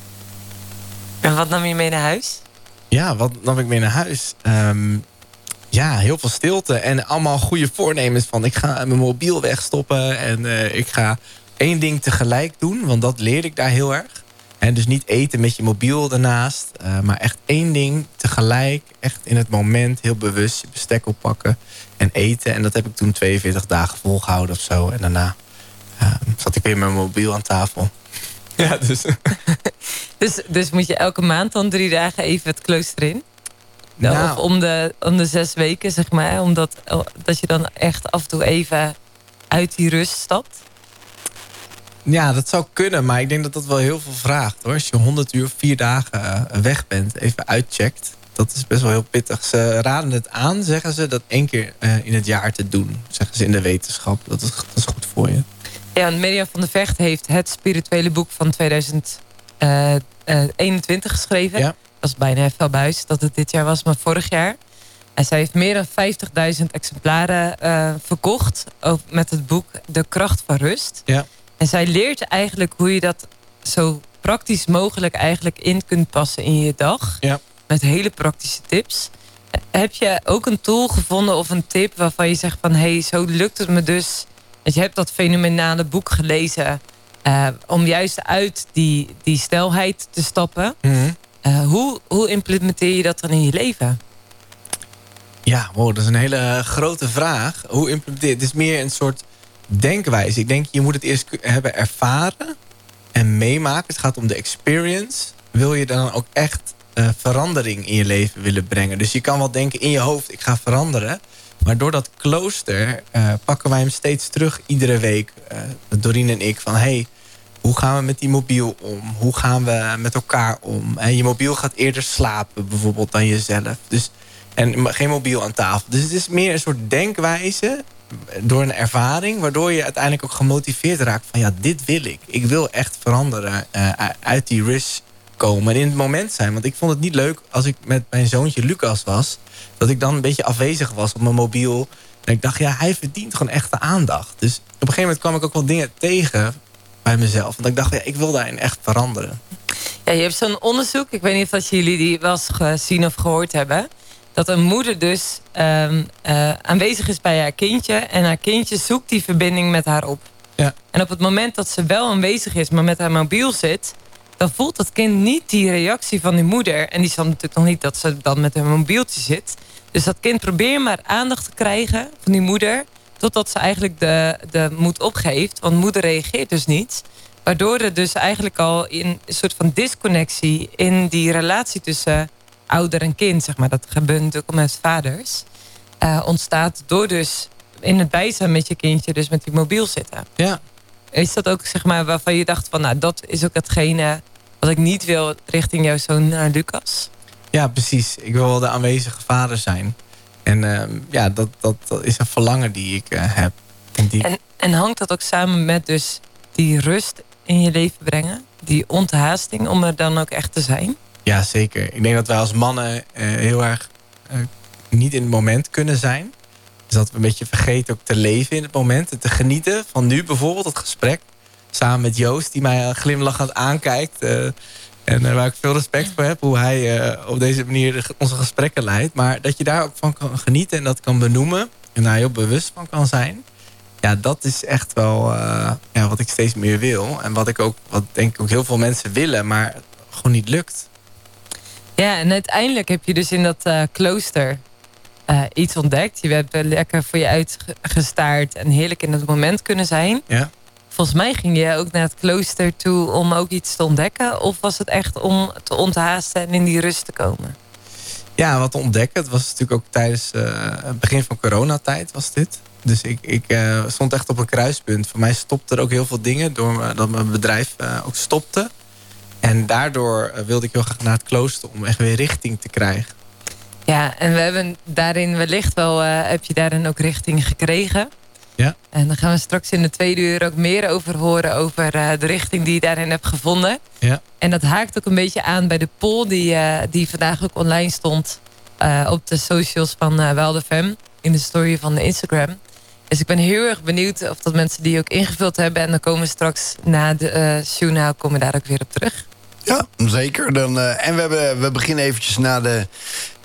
En wat nam je mee naar huis? Ja, wat nam ik mee naar huis? Um, Ja, heel veel stilte en allemaal goede voornemens van... ik ga mijn mobiel wegstoppen en uh, ik ga één ding tegelijk doen. Want dat leerde ik daar heel erg. En dus niet eten met je mobiel ernaast. Uh, maar echt één ding tegelijk, echt in het moment, heel bewust je bestek oppakken en eten. En dat heb ik toen tweeënveertig dagen volgehouden of zo. En daarna uh, zat ik weer met mijn mobiel aan tafel. Ja, dus. dus... Dus moet je elke maand dan drie dagen even het klooster in? Nou, of om de, om de zes weken, zeg maar. Omdat dat je dan echt af en toe even uit die rust stapt? Ja, dat zou kunnen. Maar ik denk dat dat wel heel veel vraagt, hoor. Als je honderd uur, vier dagen weg bent, even uitcheckt. Dat is best wel heel pittig. Ze raden het aan, zeggen ze, dat één keer uh, in het jaar te doen. Zeggen ze in de wetenschap. Dat is, dat is goed voor je. Ja, Mirjam van der Vecht heeft het spirituele boek van tweeduizend eenentwintig geschreven. Ja. Dat was bijna even buis dat het dit jaar was, maar vorig jaar. En zij heeft meer dan vijftigduizend exemplaren uh, verkocht met het boek De Kracht van Rust. Ja. En zij leert eigenlijk hoe je dat zo praktisch mogelijk eigenlijk in kunt passen in je dag. Ja. Met hele praktische tips. Heb je ook een tool gevonden of een tip waarvan je zegt van... hé, hey, zo lukt het me dus. Dat je hebt dat fenomenale boek gelezen... Uh, om juist uit die, die stelheid te stappen. Mm-hmm. Uh, hoe, hoe implementeer je dat dan in je leven? Ja, wow, dat is een hele grote vraag. Hoe implementeer je? Het is meer een soort denkwijze. Ik denk, je moet het eerst hebben ervaren en meemaken. Het gaat om de experience. Wil je dan ook echt uh, verandering in je leven willen brengen? Dus je kan wel denken in je hoofd, ik ga veranderen. Maar door dat klooster uh, pakken wij hem steeds terug iedere week. Uh, Doreen en ik van, hey, hoe gaan we met die mobiel om? Hoe gaan we met elkaar om? En je mobiel gaat eerder slapen bijvoorbeeld dan jezelf. Dus, en geen mobiel aan tafel. Dus het is meer een soort denkwijze door een ervaring... waardoor je uiteindelijk ook gemotiveerd raakt van... ja, dit wil ik. Ik wil echt veranderen, uh, uit die rust komen. En in het moment zijn. Want ik vond het niet leuk als ik met mijn zoontje Lucas was... dat ik dan een beetje afwezig was op mijn mobiel. En ik dacht, ja, hij verdient gewoon echte aandacht. Dus op een gegeven moment kwam ik ook wel dingen tegen bij mezelf. Want ik dacht, ja, ik wil daarin echt veranderen. Ja, je hebt zo'n onderzoek, ik weet niet of dat jullie die wel eens gezien of gehoord hebben... dat een moeder dus um, uh, aanwezig is bij haar kindje... en haar kindje zoekt die verbinding met haar op. Ja. En op het moment dat ze wel aanwezig is, maar met haar mobiel zit... dan voelt dat kind niet die reactie van die moeder. En die zal natuurlijk nog niet dat ze dan met haar mobieltje zit. Dus dat kind probeert maar aandacht te krijgen van die moeder... totdat ze eigenlijk de, de moed opgeeft. Want moeder reageert dus niet. Waardoor er dus eigenlijk al in een soort van disconnectie... in die relatie tussen ouder en kind, zeg maar... dat gebeurt natuurlijk ook met vaders... Uh, ontstaat door dus in het bijzijn met je kindje... dus met die mobiel zitten. Ja. Is dat ook, zeg maar, waarvan je dacht van... nou, dat is ook hetgene wat ik niet wil richting jouw zoon uh, Lucas? Ja, precies. Ik wil wel de aanwezige vader zijn. En uh, ja, dat, dat, dat is een verlangen die ik uh, heb. En, die... En, en hangt dat ook samen met dus die rust in je leven brengen? Die onthaasting om er dan ook echt te zijn? Ja, zeker. Ik denk dat wij als mannen uh, heel erg uh, niet in het moment kunnen zijn. Dus dat we een beetje vergeten ook te leven in het moment. En te genieten van nu bijvoorbeeld het gesprek. Samen met Joost, die mij glimlachend aankijkt. Uh, en uh, waar ik veel respect voor heb. Hoe hij uh, op deze manier onze gesprekken leidt. Maar dat je daar ook van kan genieten en dat kan benoemen. En daar heel bewust van kan zijn. Ja, dat is echt wel uh, ja, wat ik steeds meer wil. En wat ik ook, wat denk ik ook heel veel mensen willen. Maar gewoon niet lukt. Ja, en uiteindelijk heb je dus in dat uh, klooster... Uh, iets ontdekt. Je hebt uh, lekker voor je uitgestaard en heerlijk in het moment kunnen zijn. Ja. Volgens mij ging je ook naar het klooster toe om ook iets te ontdekken. Of was het echt om te onthaasten en in die rust te komen? Ja, wat te ontdekken. Het was natuurlijk ook tijdens uh, het begin van coronatijd was dit. Dus ik, ik uh, stond echt op een kruispunt. Voor mij stopte er ook heel veel dingen doordat mijn bedrijf uh, ook stopte. En daardoor uh, wilde ik heel graag naar het klooster om echt weer richting te krijgen. Ja, en we hebben daarin wellicht wel, uh, heb je daarin ook richting gekregen. Ja. En dan gaan we straks in de tweede uur ook meer over horen... over uh, de richting die je daarin hebt gevonden. Ja. En dat haakt ook een beetje aan bij de poll die, uh, die vandaag ook online stond... Uh, op de socials van uh, Wild F M, in de story van de Instagram. Dus ik ben heel erg benieuwd of dat mensen die ook ingevuld hebben... en dan komen we straks na de uh, show komen we daar ook weer op terug. Ja, zeker. Dan, uh, en we, hebben, we beginnen eventjes na de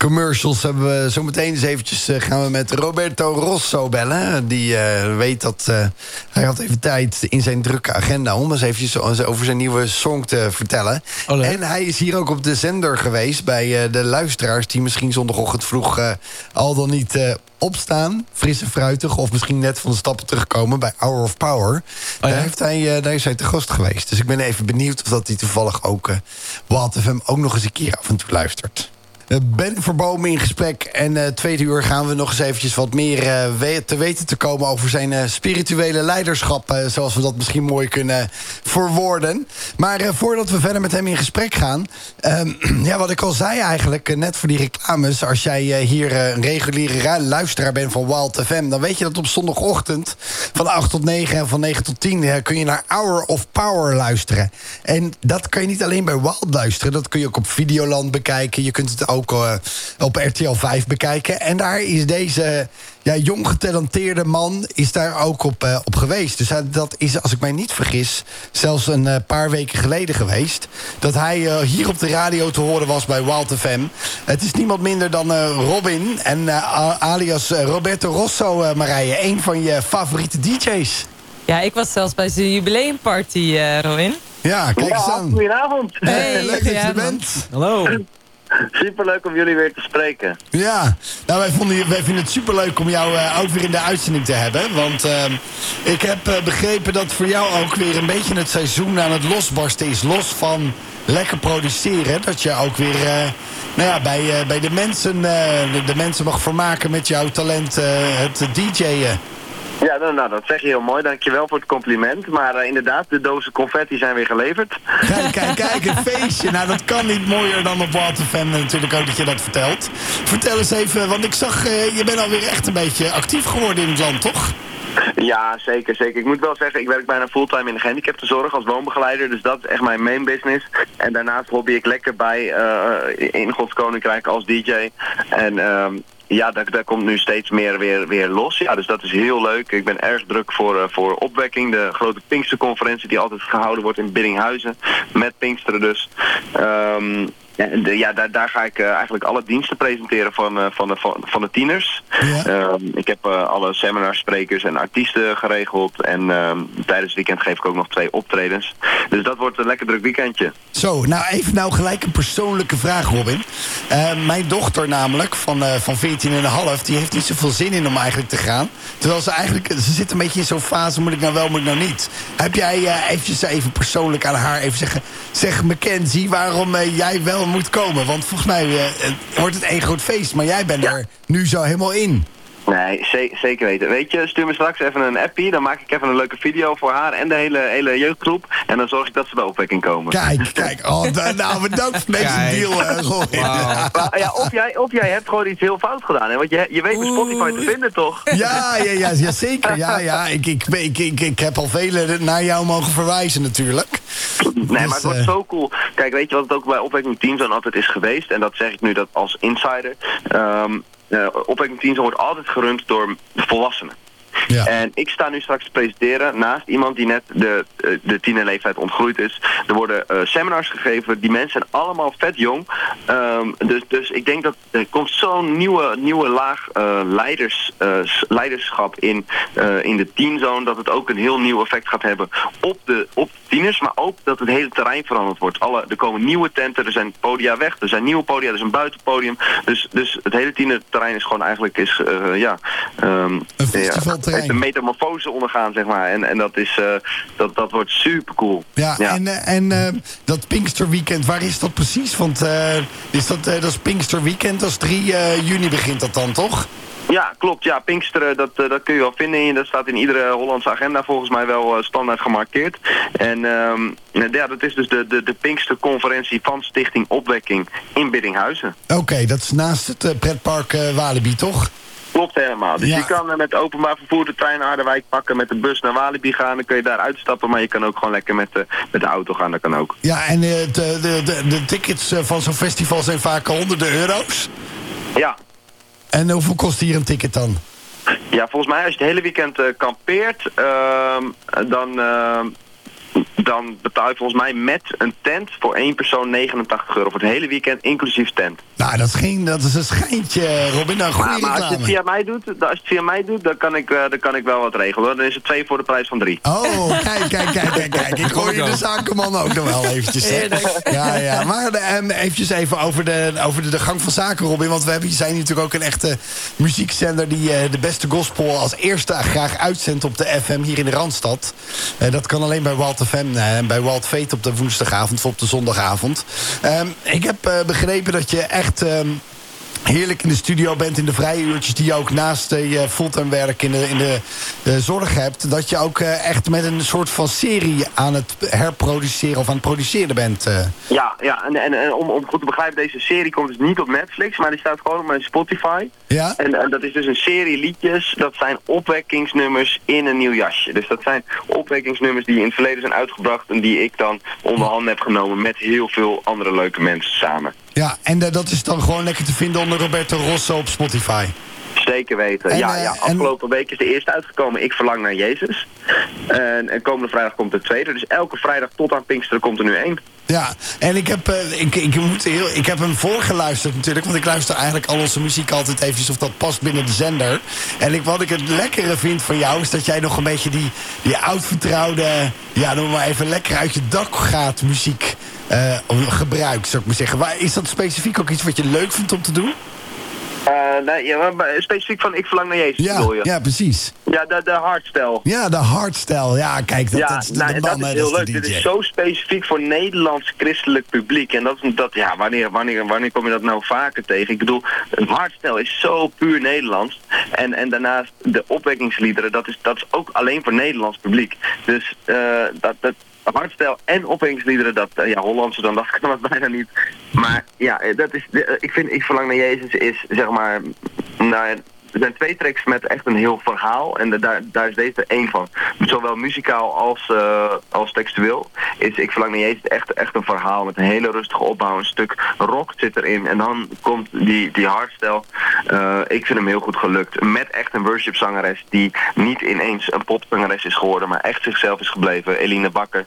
commercials hebben we zometeen eens eventjes... Uh, gaan we met Roberto Rosso bellen. Die uh, weet dat uh, hij had even tijd in zijn drukke agenda... om eens eventjes over zijn nieuwe song te vertellen. Oh, en hij is hier ook op de zender geweest... bij uh, de luisteraars die misschien zondagochtend vroeg... Uh, al dan niet uh, opstaan, fris en fruitig... of misschien net van de stappen terugkomen bij Hour of Power. Oh, ja? daar, heeft hij, uh, daar is hij te gast geweest. Dus ik ben even benieuwd of dat hij toevallig ook... Uh, Wild F M ook nog eens een keer af en toe luistert. Uh, Ben Verbomen in gesprek. En uh, tweede uur gaan we nog eens eventjes wat meer uh, we- te weten te komen... over zijn uh, spirituele leiderschap. Uh, zoals we dat misschien mooi kunnen verwoorden. Maar uh, voordat we verder met hem in gesprek gaan... Uh, ja, wat ik al zei eigenlijk, uh, net voor die reclames... als jij uh, hier uh, een reguliere ra- luisteraar bent van Wild F M... dan weet je dat op zondagochtend van acht tot negen en van negen tot tien... Uh, kun je naar Hour of Power luisteren. En dat kan je niet alleen bij Wild luisteren. Dat kun je ook op Videoland bekijken. Je kunt het ook ook uh, op R T L vijf bekijken. En daar is deze ja, jong getalenteerde man is daar ook op, uh, op geweest. Dus hij, dat is, als ik mij niet vergis, zelfs een uh, paar weken geleden geweest... dat hij uh, hier op de radio te horen was bij Wild F M. Het is niemand minder dan uh, Robin en uh, alias uh, Roberto Rosso, uh, Marije. Een van je favoriete D J's. Ja, ik was zelfs bij zijn jubileumparty, uh, Robin. Ja, kijk eens aan. Ja, goedenavond. Hey, leuk dat je er bent. Hallo. Superleuk om jullie weer te spreken. Ja, nou wij, vonden, wij vinden het superleuk om jou uh, ook weer in de uitzending te hebben. Want uh, ik heb uh, begrepen dat voor jou ook weer een beetje het seizoen aan het losbarsten is. Los van lekker produceren. Dat je ook weer uh, nou ja, bij, uh, bij de, mensen, uh, de, de mensen mag vermaken met jouw talent, uh, het D J'en. Ja, nou, nou, dat zeg je heel mooi. Dankjewel voor het compliment. Maar uh, inderdaad, de dozen confetti zijn weer geleverd. Kijk, kijk, kijk, een feestje. Nou, dat kan niet mooier dan op Wild F M natuurlijk ook dat je dat vertelt. Vertel eens even, want ik zag, uh, je bent alweer echt een beetje actief geworden in het land, toch? Ja, zeker, zeker. Ik moet wel zeggen, ik werk bijna fulltime in de gehandicaptenzorg als woonbegeleider. Dus dat is echt mijn main business. En daarnaast hobby ik lekker bij uh, in Gods Koninkrijk als D J. En... Uh, Ja, daar, daar komt nu steeds meer weer, weer los. Ja, dus dat is heel leuk. Ik ben erg druk voor, uh, voor Opwekking, de grote Pinksterconferentie die altijd gehouden wordt in Biddinghuizen. Met Pinksteren dus. Um, ja, de, ja daar, daar ga ik uh, eigenlijk alle diensten presenteren van, uh, van, de, van, van de tieners. Ja. Um, ik heb uh, alle seminarsprekers en artiesten geregeld. En um, tijdens het weekend geef ik ook nog twee optredens. Dus dat wordt een lekker druk weekendje. Zo, nou even nou gelijk een persoonlijke vraag, Robin. Uh, mijn dochter namelijk, van, uh, van veertien en een half, die heeft niet zoveel zin in om eigenlijk te gaan. Terwijl ze eigenlijk, ze zit een beetje in zo'n fase, moet ik nou wel, moet ik nou niet. Heb jij uh, eventjes even persoonlijk aan haar even zeggen, zeg Mackenzie, waarom uh, jij wel moet komen? Want volgens mij uh, wordt het één groot feest, maar jij bent ja. er nu zo helemaal in. Nee, ze- zeker weten. Weet je, stuur me straks even een appie. Dan maak ik even een leuke video voor haar en de hele, hele jeugdgroep. En dan zorg ik dat ze bij Opwekking komen. Kijk, kijk. Oh, da- nou, bedankt voor deze deal, uh, Robin. Wow. Maar, ja, of, jij, of jij hebt gewoon iets heel fout gedaan. Hè? Want je, je weet mijn Spotify te vinden, toch? Ja, ja, ja, ja zeker. Ja, ja. Ik, ik, ik, ik, ik heb al velen naar jou mogen verwijzen natuurlijk. Nee, dus, maar het wordt uh... zo cool. Kijk, weet je wat het ook bij Opwekking Teamzone altijd is geweest? En dat zeg ik nu dat als insider. Um, Uh, Opwekking Teamzone wordt altijd gerund door volwassenen. Ja. En ik sta nu straks te presenteren naast iemand die net de, de tienerleeftijd ontgroeid is. Er worden uh, seminars gegeven. Die mensen zijn allemaal vet jong. Um, dus, dus ik denk dat er komt zo'n nieuwe, nieuwe laag uh, leiders, uh, leiderschap in, uh, in de teenzone. Dat het ook een heel nieuw effect gaat hebben op de, op de tieners. Maar ook dat het hele terrein veranderd wordt. Alle, er komen nieuwe tenten. Er zijn podia weg. Er zijn nieuwe podia. Er is een buitenpodium. Dus, dus het hele tienerterrein is gewoon eigenlijk is, uh, ja... Um, een festival. Ja, heeft een metamorfose ondergaan, zeg maar. En, en dat, is, uh, dat, dat wordt super cool. Ja, ja. en, uh, en uh, dat Pinksterweekend, waar is dat precies? Want uh, is dat, uh, dat is Pinksterweekend, dat is drie juni begint dat dan, toch? Ja, klopt. Ja, Pinksteren, dat, uh, dat kun je wel vinden. Dat staat in iedere Hollandse agenda volgens mij wel uh, standaard gemarkeerd. En um, ja, dat is dus de, de, de Pinksterconferentie van Stichting Opwekking in Biddinghuizen. Oké, okay, dat is naast het uh, pretpark uh, Walibi, toch? Klopt helemaal. Dus ja. je kan uh, met openbaar vervoer de trein naar Harderwijk pakken, met de bus naar Walibi gaan. Dan kun je daar uitstappen, maar je kan ook gewoon lekker met de, met de auto gaan. Dat kan ook. Ja, en uh, de, de, de, de tickets uh, van zo'n festival zijn vaak honderden euro's? Ja. En hoeveel kost hier een ticket dan? Ja, volgens mij als je het hele weekend uh, kampeert, uh, dan... Uh, dan betaal je volgens mij met een tent voor één persoon negenentachtig euro voor het hele weekend, inclusief tent. Nou, dat is, geen, dat is een schijntje, Robin. Nou, goede maar, maar als je het via mij doet, als je het via mij doet, dan kan ik, uh, dan kan ik wel wat regelen. Dan is het twee voor de prijs van drie. Oh, kijk, kijk, kijk, kijk, kijk. Ik hoor je de zakenman ook nog wel eventjes. Ja, ja. Maar um, eventjes even over, de, over de, de gang van zaken, Robin. Want we hebben, zijn natuurlijk ook een echte muziekzender die uh, de beste gospel als eerste graag uitzendt op de F M hier in de Randstad. Uh, dat kan alleen bij Wild F M en uh, bij Wild Fate op de woensdagavond of op de zondagavond. Um, ik heb uh, begrepen dat je echt Um, heerlijk in de studio bent in de vrije uurtjes die je ook naast uh, je fulltime werk in de, in de uh, zorg hebt. Dat je ook uh, echt met een soort van serie aan het herproduceren of aan het produceren bent. Uh. Ja, ja. En, en, en om, om goed te begrijpen, deze serie komt dus niet op Netflix, maar die staat gewoon op mijn Spotify. Ja? En, en dat is dus een serie liedjes, dat zijn opwekkingsnummers in een nieuw jasje. Dus dat zijn opwekkingsnummers die in het verleden zijn uitgebracht en die ik dan onder handen heb genomen met heel veel andere leuke mensen samen. Ja, en uh, dat is dan gewoon lekker te vinden onder Roberto Rosso op Spotify. Zeker weten. En, ja, ja, afgelopen en... week is de eerste uitgekomen. Ik verlang naar Jezus. En, en komende vrijdag komt de tweede. Dus elke vrijdag tot aan Pinksteren komt er nu één. Ja, en ik heb, uh, ik, ik, moet heel, ik heb hem voorgeluisterd natuurlijk. Want ik luister eigenlijk al onze muziek altijd eventjes of dat past binnen de zender. En ik, wat ik het lekkere vind van jou is dat jij nog een beetje die, die oud-vertrouwde, ja, noem maar even lekker uit je dak gaat muziek uh, gebruikt, zou ik maar zeggen. Waar, is dat specifiek ook iets wat je leuk vindt om te doen? Uh, nee, ja, maar specifiek van Ik verlang naar Jezus, ja, bedoel je? Ja, precies. Ja, de, de hardstyle. Ja, de hardstyle. Ja, kijk, dat, ja, dat is de, nou, de dat man, is hè, heel dat leuk. is de Dit D J. is zo specifiek voor Nederlands christelijk publiek. En dat, dat ja, wanneer, wanneer, wanneer kom je dat nou vaker tegen? Ik bedoel, een hardstyle is zo puur Nederlands. En, en daarnaast de opwekkingsliederen, dat is, dat is ook alleen voor Nederlands publiek. Dus uh, dat... dat hardstyle en opwekkingsliederen, dat, uh, ja, Hollandse dan, dat kan het bijna niet. Maar ja, dat is, de, ik vind Ik verlang naar Jezus is, zeg maar, nou, er zijn twee tracks met echt een heel verhaal en de, daar, daar is deze één van. Zowel muzikaal als, uh, als textueel is Ik verlang naar Jezus echt, echt een verhaal met een hele rustige opbouw. Een stuk rock zit erin en dan komt die, die hardstyle. Uh, ik vind hem heel goed gelukt. Met echt een worshipzangeres die niet ineens een popzangeres is geworden, maar echt zichzelf is gebleven. Eline Bakker.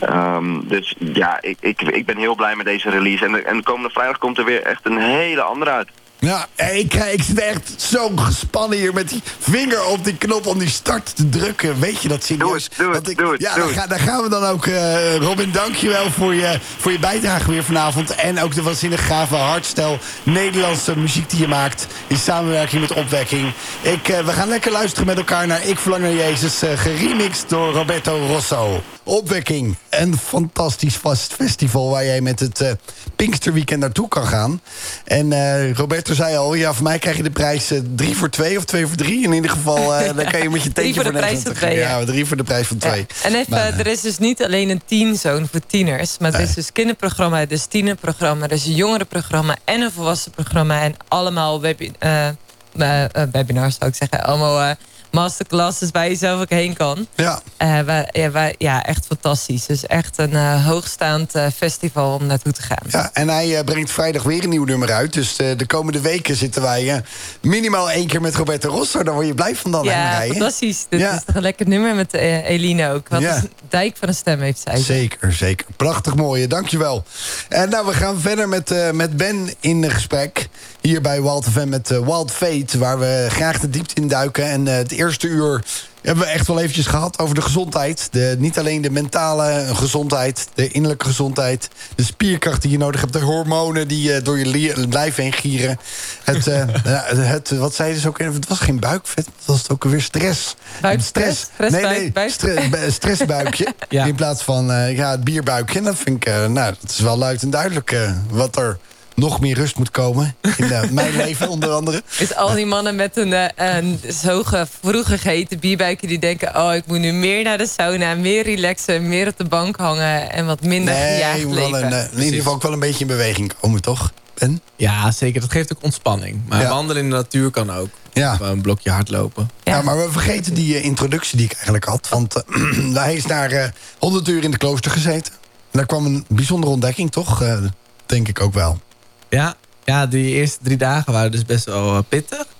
Um, dus ja, ik, ik, ik ben heel blij met deze release. En de, en de komende vrijdag komt er weer echt een hele andere uit. Ja, ik, ik zit echt zo gespannen hier met die vinger op die knop om die start te drukken. Weet je dat serieus? Doe het, doe het, ik, doe het. Ja, doe daar, ga, daar gaan we dan ook. Uh, Robin, dankjewel voor je, voor je bijdrage weer vanavond. En ook de waanzinnig gave hardstyle Nederlandse muziek die je maakt. In samenwerking met Opwekking. Ik, uh, we gaan lekker luisteren met elkaar naar Ik verlang naar Jezus. Uh, geremixed door Roberto Rosso. Opwekking, een fantastisch vast festival waar jij met het uh, Pinksterweekend naartoe kan gaan. En uh, Roberto zei al, ja, voor mij krijg je de prijs uh, drie voor twee of twee voor drie. In ieder geval, uh, dan kan je met je teentje voor de voor prijs van twee. Ja. ja, drie voor de prijs van twee. Ja. En even, maar, uh, er is dus niet alleen een teenzone voor tieners, maar het nee. is dus kinderprogramma, het is tienerprogramma, er is een jongerenprogramma en een volwassenprogramma en allemaal webi uh, uh, uh, webinars zou ik zeggen, allemaal uh, masterclasses waar je zelf ook heen kan. Ja. Uh, waar, ja, waar, ja, echt fantastisch. Dus echt een uh, hoogstaand uh, festival om naartoe te gaan. Ja, en hij uh, brengt vrijdag weer een nieuw nummer uit. Dus uh, de komende weken zitten wij uh, minimaal één keer met Roberto Rosso. Daar word je blij van dan. Ja, rijden. fantastisch. Dit ja. is toch een lekker nummer met uh, Eline ook. Wat ja. een dijk van een stem heeft zij. Zeker, zeker. Prachtig mooie, dankjewel. En nou, we gaan verder met, uh, met Ben in gesprek. Hier bij Wild F M met uh, Wild Fate. Waar we graag de diepte in duiken. En uh, het eerste uur hebben we echt wel eventjes gehad over de gezondheid. De, niet alleen de mentale gezondheid, de innerlijke gezondheid, de spierkracht die je nodig hebt, de hormonen die uh, door je lijf heen gieren. Het, uh, het, wat zei je dus ook? Het was geen buikvet, het was ook weer stress. Buikstress? Stress. Nee, nee, buik. Stre stressbuikje. Ja. In plaats van uh, ja, het bierbuikje. En dat vind ik, uh, nou, dat is wel luid en duidelijk uh, wat er nog meer rust moet komen. In uh, mijn leven onder andere. Is al die mannen met een, uh, een zo vroeger gegeten bierbuikje die denken, oh, ik moet nu meer naar de sauna, meer relaxen, meer op de bank hangen en wat minder nee, gejaagd leven. Wel een, uh, in ieder geval ook wel een beetje in beweging komen, toch? Ben? Ja, zeker. Dat geeft ook ontspanning. Maar ja. wandelen in de natuur kan ook. Ja. Of een blokje hardlopen. Ja. ja, maar we vergeten die uh, introductie die ik eigenlijk had. Want uh, hij is naar uh, honderd uur in de klooster gezeten. En daar kwam een bijzondere ontdekking, toch? Uh, denk ik ook wel. Ja, ja, die eerste drie dagen waren dus best wel uh, pittig.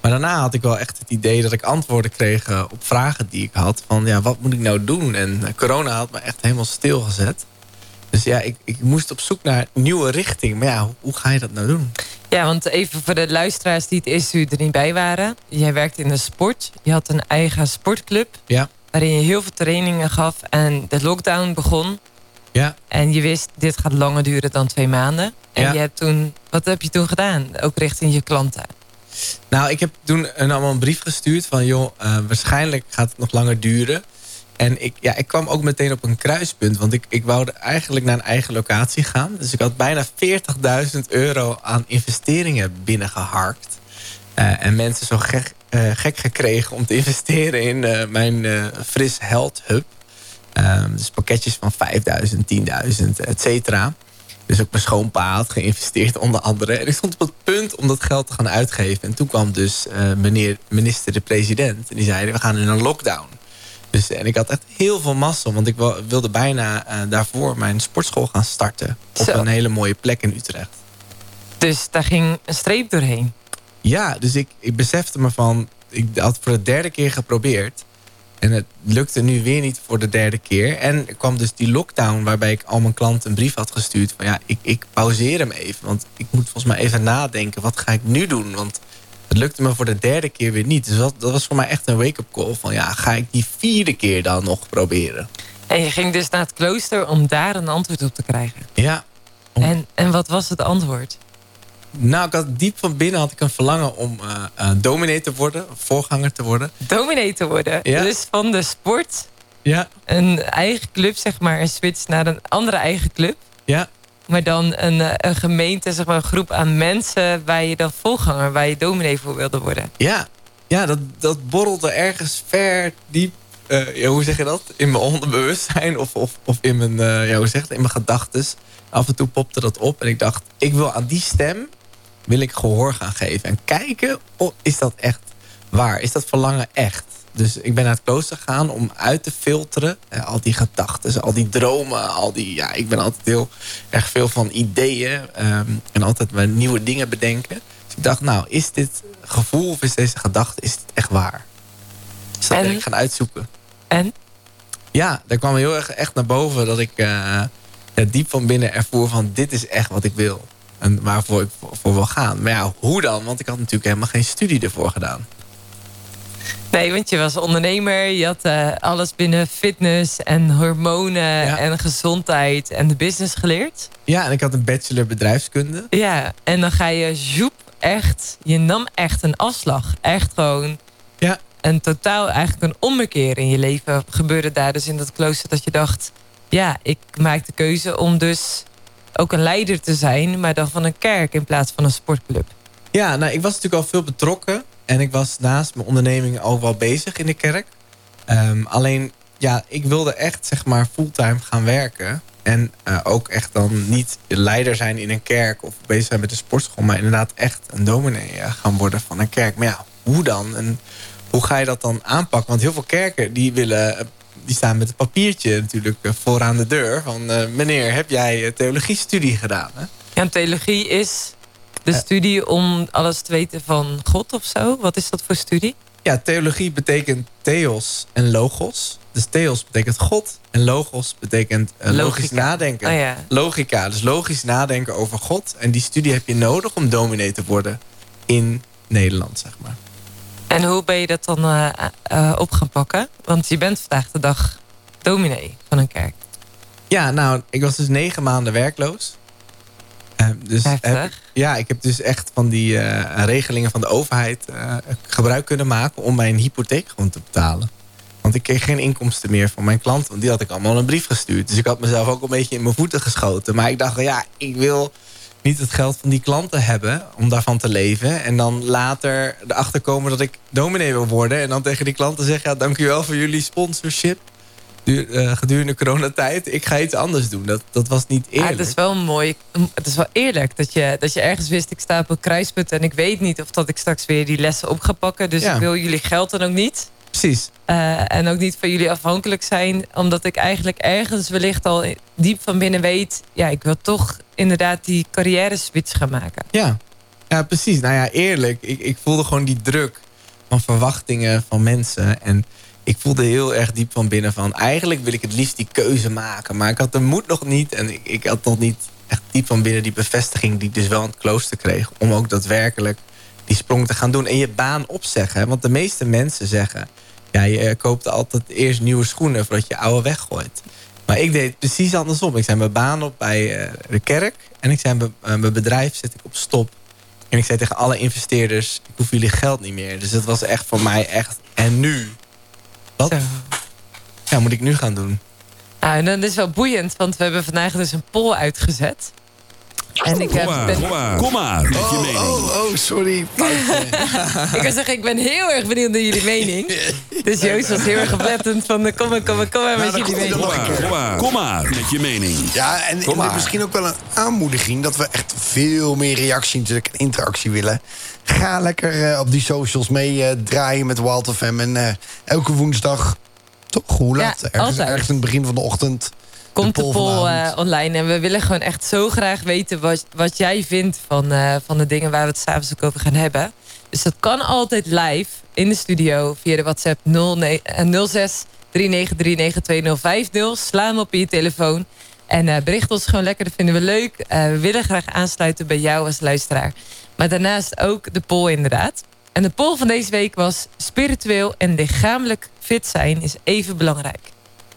Maar daarna had ik wel echt het idee dat ik antwoorden kreeg uh, op vragen die ik had. Van ja, wat moet ik nou doen? En uh, corona had me echt helemaal stilgezet. Dus ja, ik, ik moest op zoek naar een nieuwe richting. Maar ja, hoe, hoe ga je dat nou doen? Ja, want even voor de luisteraars die het eerste uur er niet bij waren. Jij werkte in de sport. Je had een eigen sportclub. Ja. Waarin je heel veel trainingen gaf. En de lockdown begon. Ja. En je wist, dit gaat langer duren dan twee maanden. En ja. je hebt toen, wat heb je toen gedaan? Ook richting je klanten. Nou, ik heb toen een, allemaal een brief gestuurd van... joh, uh, waarschijnlijk gaat het nog langer duren. En ik, ja, ik kwam ook meteen op een kruispunt. Want ik, ik wou eigenlijk naar een eigen locatie gaan. Dus ik had bijna veertigduizend euro aan investeringen binnengeharkt. Uh, en mensen zo gek, uh, gek gekregen om te investeren in uh, mijn uh, Fris Health Hub. Uh, dus pakketjes van vijfduizend, tienduizend, et cetera. Dus ook mijn schoonpa had geïnvesteerd onder andere. En ik stond op het punt om dat geld te gaan uitgeven. En toen kwam dus uh, meneer minister de president. En die zei, we gaan in een lockdown. Dus, en ik had echt heel veel massa. Want ik wilde bijna uh, daarvoor mijn sportschool gaan starten. Op Zo. een hele mooie plek in Utrecht. Dus daar ging een streep doorheen? Ja, dus ik, ik besefte me van... Ik had voor de derde keer geprobeerd. En het lukte nu weer niet voor de derde keer. En er kwam dus die lockdown waarbij ik al mijn klanten een brief had gestuurd. Van ja, ik, ik pauzeer hem even. Want ik moet volgens mij even nadenken. Wat ga ik nu doen? Want het lukte me voor de derde keer weer niet. Dus dat, dat was voor mij echt een wake-up call. Van ja, ga ik die vierde keer dan nog proberen? En je ging dus naar het klooster om daar een antwoord op te krijgen? Ja. Om... En, en wat was het antwoord? Nou, ik had diep van binnen had ik een verlangen om uh, uh, dominee te worden. Voorganger te worden. Dominee te worden? Ja. Dus van de sport, ja. een eigen club, zeg maar, een switch naar een andere eigen club. Ja. Maar dan een, een gemeente, zeg maar, een groep aan mensen waar je dan voorganger, waar je dominee voor wilde worden. Ja, ja dat, dat borrelde ergens ver diep. Uh, ja, hoe zeg je dat? In mijn onderbewustzijn of, of, of in mijn, uh, ja, hoe zeg je dat? In mijn gedachtes. Af en toe popte dat op en ik dacht, ik wil aan die stem wil ik gehoor gaan geven. En kijken, oh, is dat echt waar? Is dat verlangen echt? Dus ik ben naar het klooster gegaan om uit te filteren. Eh, al die gedachten, al die dromen. Al die, ja, ik ben altijd heel erg veel van ideeën. Um, en altijd maar nieuwe dingen bedenken. Dus ik dacht, nou, is dit gevoel of is deze gedachte, is het echt waar? Dus dat ben ik gaan uitzoeken. En? Ja, daar kwam heel erg echt naar boven dat ik uh, diep van binnen ervoer van dit is echt wat ik wil. En waarvoor ik voor wil gaan. Maar ja, hoe dan? Want ik had natuurlijk helemaal geen studie ervoor gedaan. Nee, want je was ondernemer. Je had uh, alles binnen fitness en hormonen ja. en gezondheid en de business geleerd. Ja, en ik had een bachelor bedrijfskunde. Ja, en dan ga je zoep echt... Je nam echt een afslag. Echt gewoon... Ja. Een totaal, eigenlijk een ommekeer in je leven gebeurde daar dus in dat klooster. Dat je dacht, ja, ik maak de keuze om dus ook een leider te zijn, maar dan van een kerk in plaats van een sportclub. Ja, nou, ik was natuurlijk al veel betrokken. En ik was naast mijn onderneming ook wel bezig in de kerk. Um, alleen, ja, ik wilde echt, zeg maar, fulltime gaan werken. En uh, ook echt dan niet leider zijn in een kerk of bezig zijn met de sportschool. Maar inderdaad echt een dominee uh, gaan worden van een kerk. Maar ja, hoe dan? En hoe ga je dat dan aanpakken? Want heel veel kerken die willen, die staan met een papiertje natuurlijk vooraan de deur. Van uh, meneer, heb jij theologiestudie gedaan? Hè? Ja, theologie is de studie om alles te weten van God of zo. Wat is dat voor studie? Ja, theologie betekent theos en logos. Dus theos betekent God en logos betekent uh, logisch nadenken. Oh ja. Logica, dus logisch nadenken over God. En die studie heb je nodig om dominee te worden in Nederland, zeg maar. En hoe ben je dat dan uh, uh, op gaan pakken? Want je bent vandaag de dag dominee van een kerk. Ja, nou, ik was dus negen maanden werkloos. Uh, dus heb, ja, ik heb dus echt van die uh, regelingen van de overheid uh, gebruik kunnen maken om mijn hypotheek gewoon te betalen. Want ik kreeg geen inkomsten meer van mijn klanten. Want die had ik allemaal een brief gestuurd. Dus ik had mezelf ook een beetje in mijn voeten geschoten. Maar ik dacht, ja, ik wil niet het geld van die klanten hebben om daarvan te leven. En dan later erachter komen dat ik dominee wil worden. En dan tegen die klanten zeggen, ja, dank u wel voor jullie sponsorship. Gedurende coronatijd, ik ga iets anders doen. Dat, dat was niet eerlijk. Ah, dat is wel mooi. Het is wel eerlijk dat je, dat je ergens wist, ik sta op een kruispunt en ik weet niet of dat ik straks weer die lessen op ga pakken. Dus ja. Ik wil jullie geld dan ook niet. Precies. Uh, en ook niet van jullie afhankelijk zijn. Omdat ik eigenlijk ergens wellicht al diep van binnen weet, ja, ik wil toch inderdaad die carrière switch gaan maken. Ja. Ja, Ja, precies. Nou ja, eerlijk. Ik, ik voelde gewoon die druk van verwachtingen van mensen. En ik voelde heel erg diep van binnen van... eigenlijk wil ik het liefst die keuze maken. Maar ik had de moed nog niet. En ik, ik had nog niet echt diep van binnen die bevestiging... die ik dus wel in het klooster kreeg. Om ook daadwerkelijk die sprong te gaan doen. En je baan opzeggen. Want de meeste mensen zeggen... ja, je koopt altijd eerst nieuwe schoenen... voordat je oude weggooit. Maar ik deed het precies andersom. Ik zei mijn baan op bij uh, de kerk. En ik zei mijn, uh, mijn bedrijf zet ik op stop. En ik zei tegen alle investeerders... ik hoef jullie geld niet meer. Dus dat was echt voor mij echt... en nu? Wat? Zo. Ja, moet ik nu gaan doen? Nou, en dat is wel boeiend, want we hebben vandaag dus een poll uitgezet. En ik kom, heb, maar, ben... kom maar, kom maar, met je mening. Oh, oh, oh sorry. ik wil zeggen, ik ben heel erg benieuwd naar jullie mening. Dus Joost was heel erg oplettend van... kom maar, kom maar, kom maar met nou, jullie mening. Kom maar, kom maar, kom maar met je mening. Ja, en, en misschien ook wel een aanmoediging... dat we echt veel meer reactie natuurlijk en interactie willen. Ga lekker uh, op die socials mee uh, draaien met Wild F M. En uh, elke woensdag, toch, hoe laat? Ja, ergens, ergens in het begin van de ochtend... Komt de poll, de poll uh, online. En we willen gewoon echt zo graag weten wat, wat jij vindt van, uh, van de dingen waar we het s'avonds ook over gaan hebben. Dus dat kan altijd live in de studio via de WhatsApp nul zes drie negen drie negen twee nul vijf nul. Sla hem op je telefoon. En uh, bericht ons gewoon lekker, dat vinden we leuk. Uh, we willen graag aansluiten bij jou als luisteraar. Maar daarnaast ook de poll inderdaad. En de poll van deze week was... spiritueel en lichamelijk fit zijn is even belangrijk.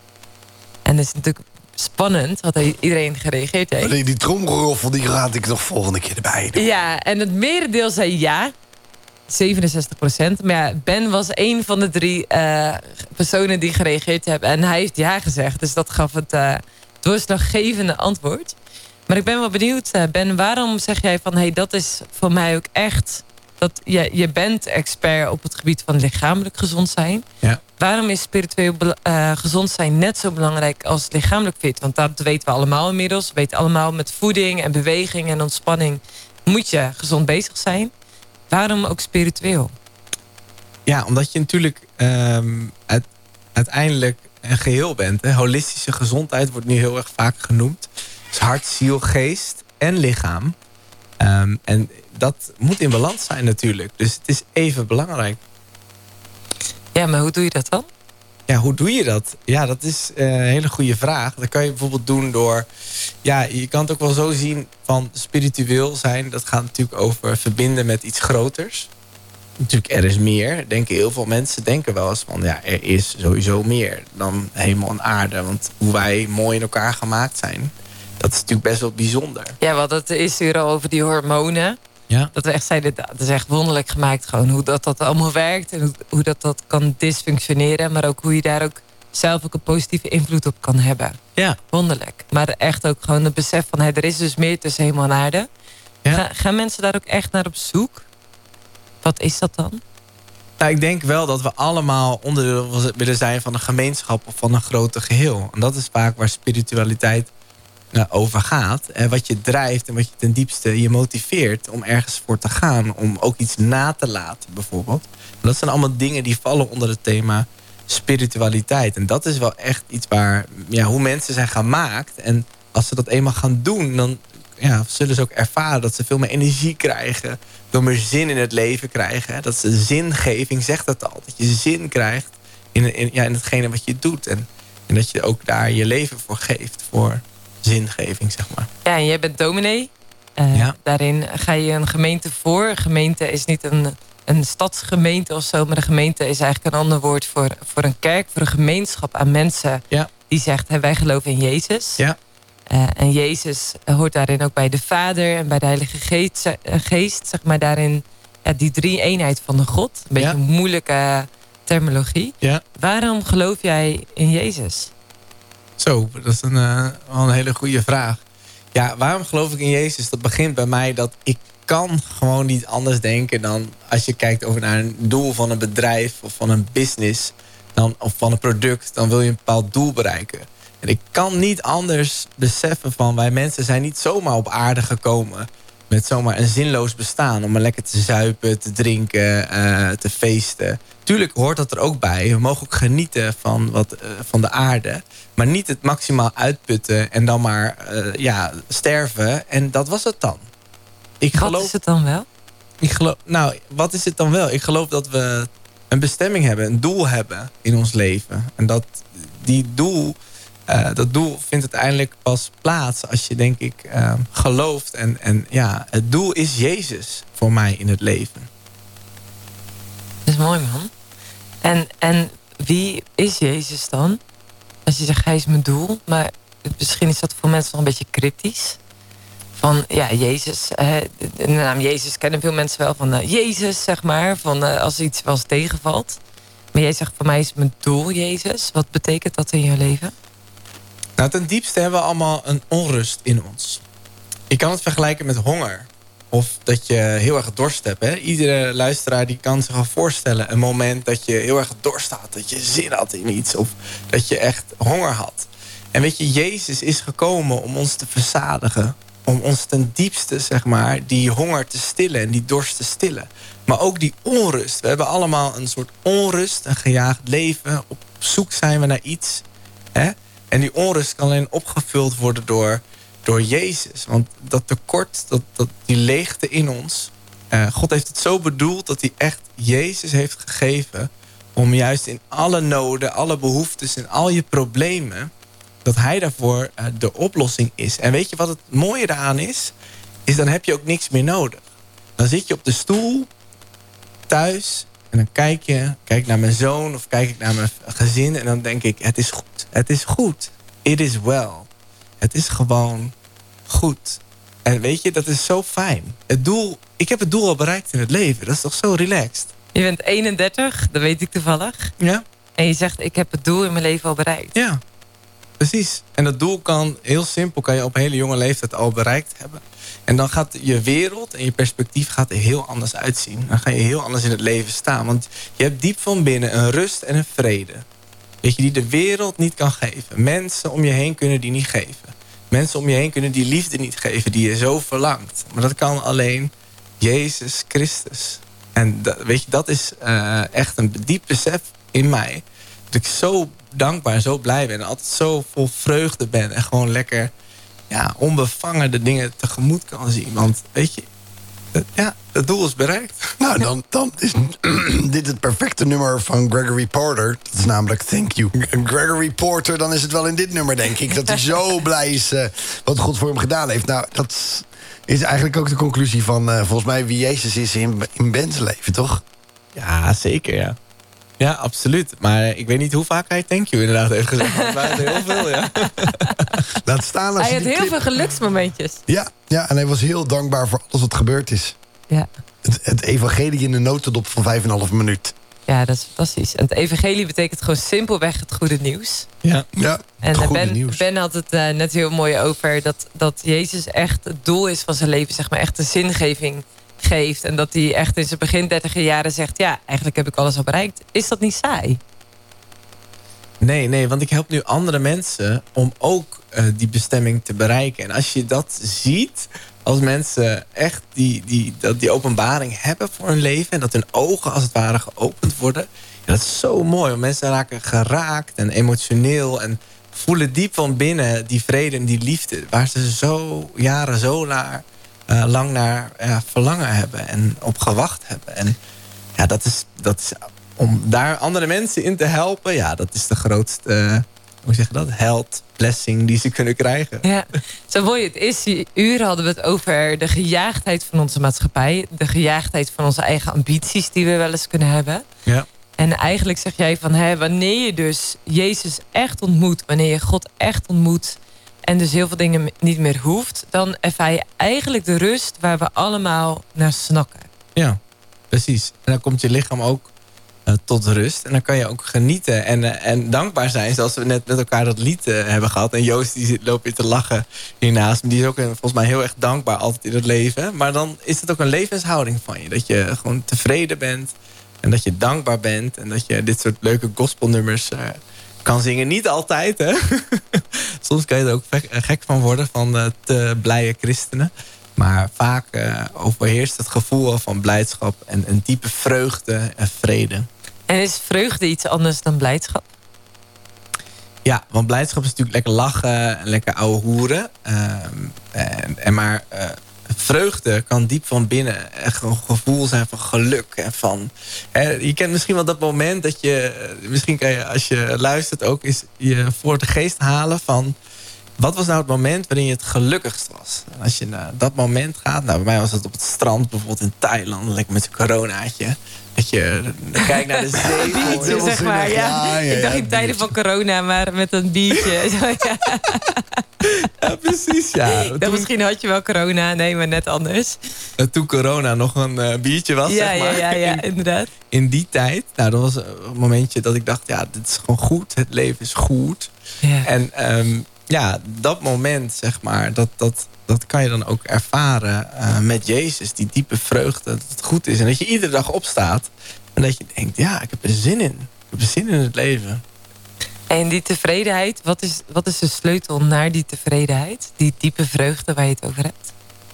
En dat is natuurlijk... spannend, wat iedereen gereageerd heeft. Die, die tromgeroffel, die raad ik nog volgende keer erbij doen. Ja, en het merendeel zei ja. zevenenzestig procent. Maar ja, Ben was een van de drie uh, personen die gereageerd hebben. En hij heeft ja gezegd. Dus dat gaf het uh, doorslaggevende antwoord. Maar ik ben wel benieuwd, uh, Ben, waarom zeg jij van... hey, dat is voor mij ook echt... dat je, je bent expert op het gebied van lichamelijk gezond zijn. Ja. Waarom is spiritueel uh, gezond zijn net zo belangrijk als lichamelijk fit? Want dat weten we allemaal inmiddels. We weten allemaal met voeding en beweging en ontspanning... moet je gezond bezig zijn. Waarom ook spiritueel? Ja, omdat je natuurlijk um, uit, uiteindelijk een geheel bent. Hè? Holistische gezondheid wordt nu heel erg vaak genoemd. Dus hart, ziel, geest en lichaam. Um, en dat moet in balans zijn natuurlijk. Dus het is even belangrijk. Ja, maar hoe doe je dat dan? Ja, hoe doe je dat? Ja, dat is een hele goede vraag. Dat kan je bijvoorbeeld doen door... Ja, je kan het ook wel zo zien van spiritueel zijn. Dat gaat natuurlijk over verbinden met iets groters. Natuurlijk, er is meer. Denken heel veel mensen denken wel eens van... ja, er is sowieso meer dan hemel en aarde. Want hoe wij mooi in elkaar gemaakt zijn... dat is natuurlijk best wel bijzonder. Ja, want het is hier al over die hormonen. Ja. Dat we echt zeiden, dat is echt wonderlijk gemaakt. Gewoon hoe dat, dat allemaal werkt. En hoe, hoe dat, dat kan dysfunctioneren. Maar ook hoe je daar ook zelf ook een positieve invloed op kan hebben. Ja. Wonderlijk. Maar echt ook gewoon het besef van... Hey, er is dus meer tussen hemel en aarde. Ja. Ga, gaan mensen daar ook echt naar op zoek? Wat is dat dan? Nou, ik denk wel dat we allemaal onderdeel willen zijn van een gemeenschap... of van een groter geheel. En dat is vaak waar spiritualiteit... over gaat. En wat je drijft en wat je ten diepste je motiveert om ergens voor te gaan. Om ook iets na te laten bijvoorbeeld. En dat zijn allemaal dingen die vallen onder het thema spiritualiteit. En dat is wel echt iets waar ja, hoe mensen zijn gemaakt. En als ze dat eenmaal gaan doen, dan ja, zullen ze ook ervaren dat ze veel meer energie krijgen. Veel meer zin in het leven krijgen. Dat ze zingeving, zegt dat al. Dat je zin krijgt in, in, ja, in hetgene wat je doet. En, en dat je ook daar je leven voor geeft. Voor zingeving, zeg maar. Ja, en jij bent dominee. Uh, ja. Daarin ga je een gemeente voor. Een gemeente is niet een, een stadsgemeente of zo... maar een gemeente is eigenlijk een ander woord voor, voor een kerk... voor een gemeenschap aan mensen ja. die zegt... Hey, wij geloven in Jezus. Ja. Uh, en Jezus hoort daarin ook bij de Vader... en bij de Heilige Geest, uh, geest zeg maar daarin ja, die drie-eenheid van de God. Een beetje ja. een moeilijke terminologie. Ja. Waarom geloof jij in Jezus? Zo, dat is een, uh, wel een hele goede vraag. Ja, waarom geloof ik in Jezus? Dat begint bij mij dat ik kan gewoon niet anders denken dan... als je kijkt over naar een doel van een bedrijf of van een business... Dan, of van een product, dan wil je een bepaald doel bereiken. En ik kan niet anders beseffen van... wij mensen zijn niet zomaar op aarde gekomen... met zomaar een zinloos bestaan... om maar lekker te zuipen, te drinken, uh, te feesten. Tuurlijk hoort dat er ook bij. We mogen ook genieten van, wat, uh, van de aarde... maar niet het maximaal uitputten en dan maar uh, ja, sterven. En dat was het dan. Ik wat geloof, is het dan wel? Ik geloof, nou, wat is het dan wel? Ik geloof dat we een bestemming hebben, een doel hebben in ons leven. En dat die doel, uh, dat doel vindt uiteindelijk pas plaats als je, denk ik, uh, gelooft. En, en ja, het doel is Jezus voor mij in het leven. Dat is mooi, man. En, en wie is Jezus dan? Als je zegt, hij is mijn doel. Maar misschien is dat voor mensen nog een beetje cryptisch. Van, ja, Jezus. Eh, de naam Jezus kennen veel mensen wel. Van uh, Jezus, zeg maar. Van uh, als iets wel eens tegenvalt. Maar jij zegt, voor mij is mijn doel Jezus. Wat betekent dat in je leven? Nou, ten diepste hebben we allemaal een onrust in ons. Je kan het vergelijken met honger. Of dat je heel erg dorst hebt. Hè? Iedere luisteraar die kan zich al voorstellen. Een moment dat je heel erg dorst had. Dat je zin had in iets. Of dat je echt honger had. En weet je, Jezus is gekomen om ons te verzadigen. Om ons ten diepste, zeg maar, die honger te stillen. En die dorst te stillen. Maar ook die onrust. We hebben allemaal een soort onrust. Een gejaagd leven. Op zoek zijn we naar iets. Hè? En die onrust kan alleen opgevuld worden door... door Jezus. Want dat tekort, dat, dat, die leegte in ons... Uh, God heeft het zo bedoeld dat hij echt Jezus heeft gegeven... om juist in alle noden, alle behoeftes en al je problemen... dat hij daarvoor uh, de oplossing is. En weet je wat het mooie daaraan is? Is dan heb je ook niks meer nodig. Dan zit je op de stoel, thuis... en dan kijk je, kijk naar mijn zoon of kijk ik naar mijn gezin... en dan denk ik, het is goed. Het is goed. It is well. Het is gewoon... goed. En weet je, dat is zo fijn. Het doel, ik heb het doel al bereikt in het leven. Dat is toch zo relaxed? Je bent eenendertig, dat weet ik toevallig. Ja. En je zegt, ik heb het doel in mijn leven al bereikt. Ja, precies. En dat doel kan heel simpel, kan je op een hele jonge leeftijd al bereikt hebben. En dan gaat je wereld en je perspectief gaat er heel anders uitzien. Dan ga je heel anders in het leven staan. Want je hebt diep van binnen een rust en een vrede. Weet je, die de wereld niet kan geven. Mensen om je heen kunnen die niet geven. Mensen om je heen kunnen die liefde niet geven die je zo verlangt. Maar dat kan alleen Jezus Christus. En dat, weet je, dat is uh, echt een diep besef in mij. Dat ik zo dankbaar en zo blij ben. En altijd zo vol vreugde ben. En gewoon lekker ja, onbevangen de dingen tegemoet kan zien. Want weet je, dat, ja, het doel is bereikt. Nou, dan, dan is dit het perfecte nummer van Gregory Porter. Dat is namelijk Thank You. Gregory Porter, dan is het wel in dit nummer, denk ik. Dat hij zo blij is uh, wat God voor hem gedaan heeft. Nou, dat is eigenlijk ook de conclusie van... Uh, volgens mij wie Jezus is in, in Ben's leven, toch? Ja, zeker, ja. Ja, absoluut. Maar ik weet niet hoe vaak hij thank you inderdaad heeft gezegd. Maar het waren heel veel, ja. Laat staan als hij had heel clip... veel geluksmomentjes. Ja, ja, en hij was heel dankbaar voor alles wat gebeurd is. Ja. Het, het evangelie in een notendop van vijf en een half minuut. Ja, dat is fantastisch. En het evangelie betekent gewoon simpelweg het goede nieuws. Ja, ja en het goede ben, nieuws. Ben had het uh, net heel mooi over... Dat, dat Jezus echt het doel is van zijn leven. Zeg maar echt de zingeving geeft. En dat hij echt in zijn begin dertiger jaren zegt... ja, eigenlijk heb ik alles al bereikt. Is dat niet saai? Nee, nee, want ik help nu andere mensen... om ook uh, die bestemming te bereiken. En als je dat ziet... als mensen echt die, die, dat die openbaring hebben voor hun leven... en dat hun ogen als het ware geopend worden... ja, dat is zo mooi. Want mensen raken geraakt en emotioneel... en voelen diep van binnen die vrede en die liefde... waar ze zo jaren zo naar, uh, lang naar uh, verlangen hebben... en op gewacht hebben. En ja, dat is, dat is... om daar andere mensen in te helpen... ja, dat is de grootste... Uh, hoe zeg je dat? Held, blessing die ze kunnen krijgen. Ja, zo mooi. Het is, die uren hadden we het over de gejaagdheid van onze maatschappij. De gejaagdheid van onze eigen ambities die we wel eens kunnen hebben. Ja. En eigenlijk zeg jij van, hè, wanneer je dus Jezus echt ontmoet... wanneer je God echt ontmoet... en dus heel veel dingen niet meer hoeft... dan ervaar je eigenlijk de rust waar we allemaal naar snakken. Ja, precies. En dan komt je lichaam ook... Uh, tot rust. En dan kan je ook genieten en, uh, en dankbaar zijn. Zoals we net met elkaar dat lied uh, hebben gehad. En Joost die zit, loopt weer te lachen hiernaast. Die is ook uh, volgens mij heel erg dankbaar altijd in het leven. Maar dan is het ook een levenshouding van je. Dat je gewoon tevreden bent. En dat je dankbaar bent. En dat je dit soort leuke gospelnummers uh, kan zingen. Niet altijd, hè. Soms kan je er ook gek van worden. Van uh, te blije christenen. Maar vaak uh, overheerst het gevoel van blijdschap. En een diepe vreugde en vrede. En is vreugde iets anders dan blijdschap? Ja, want blijdschap is natuurlijk lekker lachen en lekker ouwe hoeren. Uh, en, en maar uh, vreugde kan diep van binnen echt een gevoel zijn van geluk. En van, hè, je kent misschien wel dat moment dat je... Misschien kan je, als je luistert, ook eens je voor de geest halen van... Wat was nou het moment waarin je het gelukkigst was? En als je naar dat moment gaat... Nou, bij mij was het op het strand, bijvoorbeeld in Thailand... lekker met een coronaatje. Dat je kijkt naar de zee. Biertje, zeg maar. Ja. Ja, ja, ik dacht in ja, tijden van corona, maar met een biertje. Zo, ja. Ja, precies, ja. Toen, toen, misschien had je wel corona, nee, maar net anders. Toen corona nog een uh, biertje was, ja, zeg maar. Ja, ja, ja, in, inderdaad. In die tijd, nou, dat was een momentje dat ik dacht... ja, dit is gewoon goed, het leven is goed. Ja. En um, ja, dat moment, zeg maar, dat... dat dat kan je dan ook ervaren uh, met Jezus. Die diepe vreugde, dat het goed is. En dat je iedere dag opstaat. En dat je denkt, ja, ik heb er zin in. Ik heb er zin in het leven. En die tevredenheid, wat is, wat is de sleutel naar die tevredenheid? Die diepe vreugde waar je het over hebt?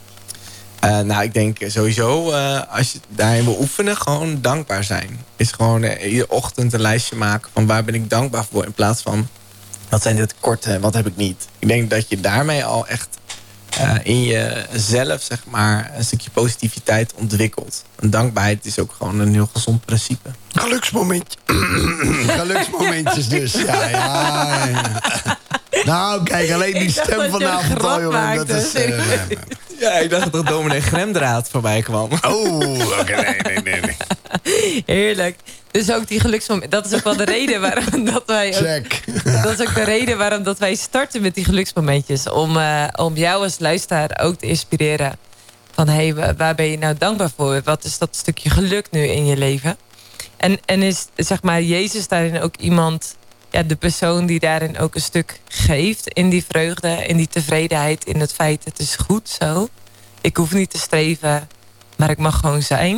Uh, nou, ik denk sowieso, uh, als je daarin wil oefenen, gewoon dankbaar zijn. Is gewoon uh, iedere ochtend een lijstje maken van waar ben ik dankbaar voor. In plaats van, wat zijn de tekorten, wat heb ik niet. Ik denk dat je daarmee al echt... Uh, in jezelf, zeg maar, een stukje positiviteit ontwikkelt. En dankbaarheid is ook gewoon een heel gezond principe. Geluksmomentje. Geluksmomentjes dus. Ja, ja, ja. Nou, kijk, alleen die stem vanavond al, jongen. Dat is, uh, ja, ik dacht dat dominee Gremdraad voorbij kwam. Oh, oké, okay, nee, nee, nee. Heerlijk. Dus ook die geluksmoment. Dat is ook wel de reden waarom dat wij... Ook, Check. Dat is ook de reden waarom dat wij starten met die geluksmomentjes. Om, uh, om jou als luisteraar ook te inspireren. Van, hé, hey, waar ben je nou dankbaar voor? Wat is dat stukje geluk nu in je leven? En, en is, zeg maar, Jezus daarin ook iemand... Ja, de persoon die daarin ook een stuk geeft. In die vreugde, in die tevredenheid. In het feit, het is goed zo. Ik hoef niet te streven, maar ik mag gewoon zijn.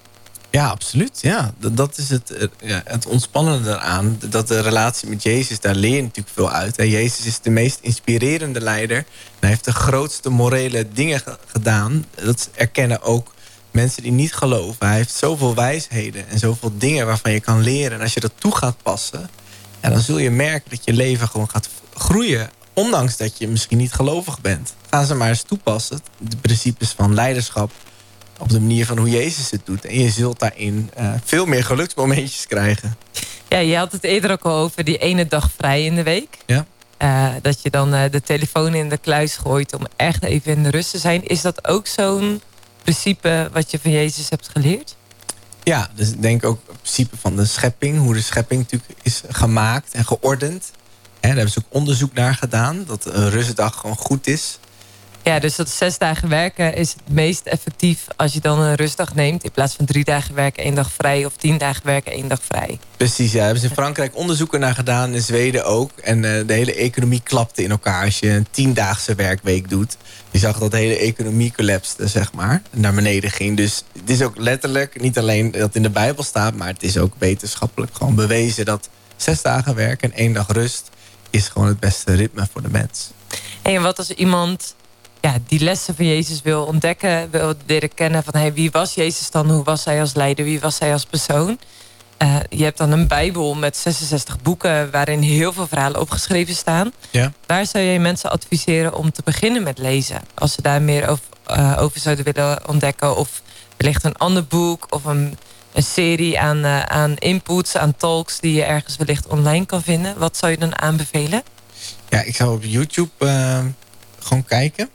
Ja, absoluut. Ja. Dat, dat is het, ja, het ontspannende eraan. Dat de relatie met Jezus, daar leer je natuurlijk veel uit. En Jezus is de meest inspirerende leider. En hij heeft de grootste morele dingen ge- gedaan. Dat erkennen ook mensen die niet geloven. Hij heeft zoveel wijsheden en zoveel dingen waarvan je kan leren. En als je dat toe gaat passen... Ja, dan zul je merken dat je leven gewoon gaat groeien. Ondanks dat je misschien niet gelovig bent. Ga ze maar eens toepassen. De principes van leiderschap. Op de manier van hoe Jezus het doet. En je zult daarin uh, veel meer geluksmomentjes krijgen. Ja, je had het eerder ook al over die ene dag vrij in de week. Ja. Uh, dat je dan uh, de telefoon in de kluis gooit om echt even in de rust te zijn. Is dat ook zo'n principe wat je van Jezus hebt geleerd? Ja, dus ik denk ook het principe van de schepping. Hoe de schepping natuurlijk is gemaakt en geordend. En daar hebben ze ook onderzoek naar gedaan. Dat een rustdag gewoon goed is. Ja, dus dat zes dagen werken is het meest effectief als je dan een rustdag neemt. In plaats van drie dagen werken, één dag vrij. Of tien dagen werken, één dag vrij. Precies, ja. Daar hebben ze in Frankrijk onderzoeken naar gedaan. In Zweden ook. En uh, de hele economie klapte in elkaar als je een tiendaagse werkweek doet. Je zag dat de hele economie collapste, zeg maar. Naar beneden ging. Dus het is ook letterlijk, niet alleen dat in de Bijbel staat... maar het is ook wetenschappelijk gewoon bewezen... dat zes dagen werken en één dag rust... is gewoon het beste ritme voor de mens. En wat als iemand... Ja, die lessen van Jezus wil ontdekken, wil leren kennen van hey, wie was Jezus dan? Hoe was hij als leider? Wie was hij als persoon? Uh, je hebt dan een Bijbel met zesenzestig boeken waarin heel veel verhalen opgeschreven staan. Ja. Waar zou jij mensen adviseren om te beginnen met lezen? Als ze daar meer over, uh, over zouden willen ontdekken. Of wellicht een ander boek of een, een serie aan, uh, aan inputs, aan talks die je ergens wellicht online kan vinden. Wat zou je dan aanbevelen? Ja, ik zou op YouTube uh, gewoon kijken.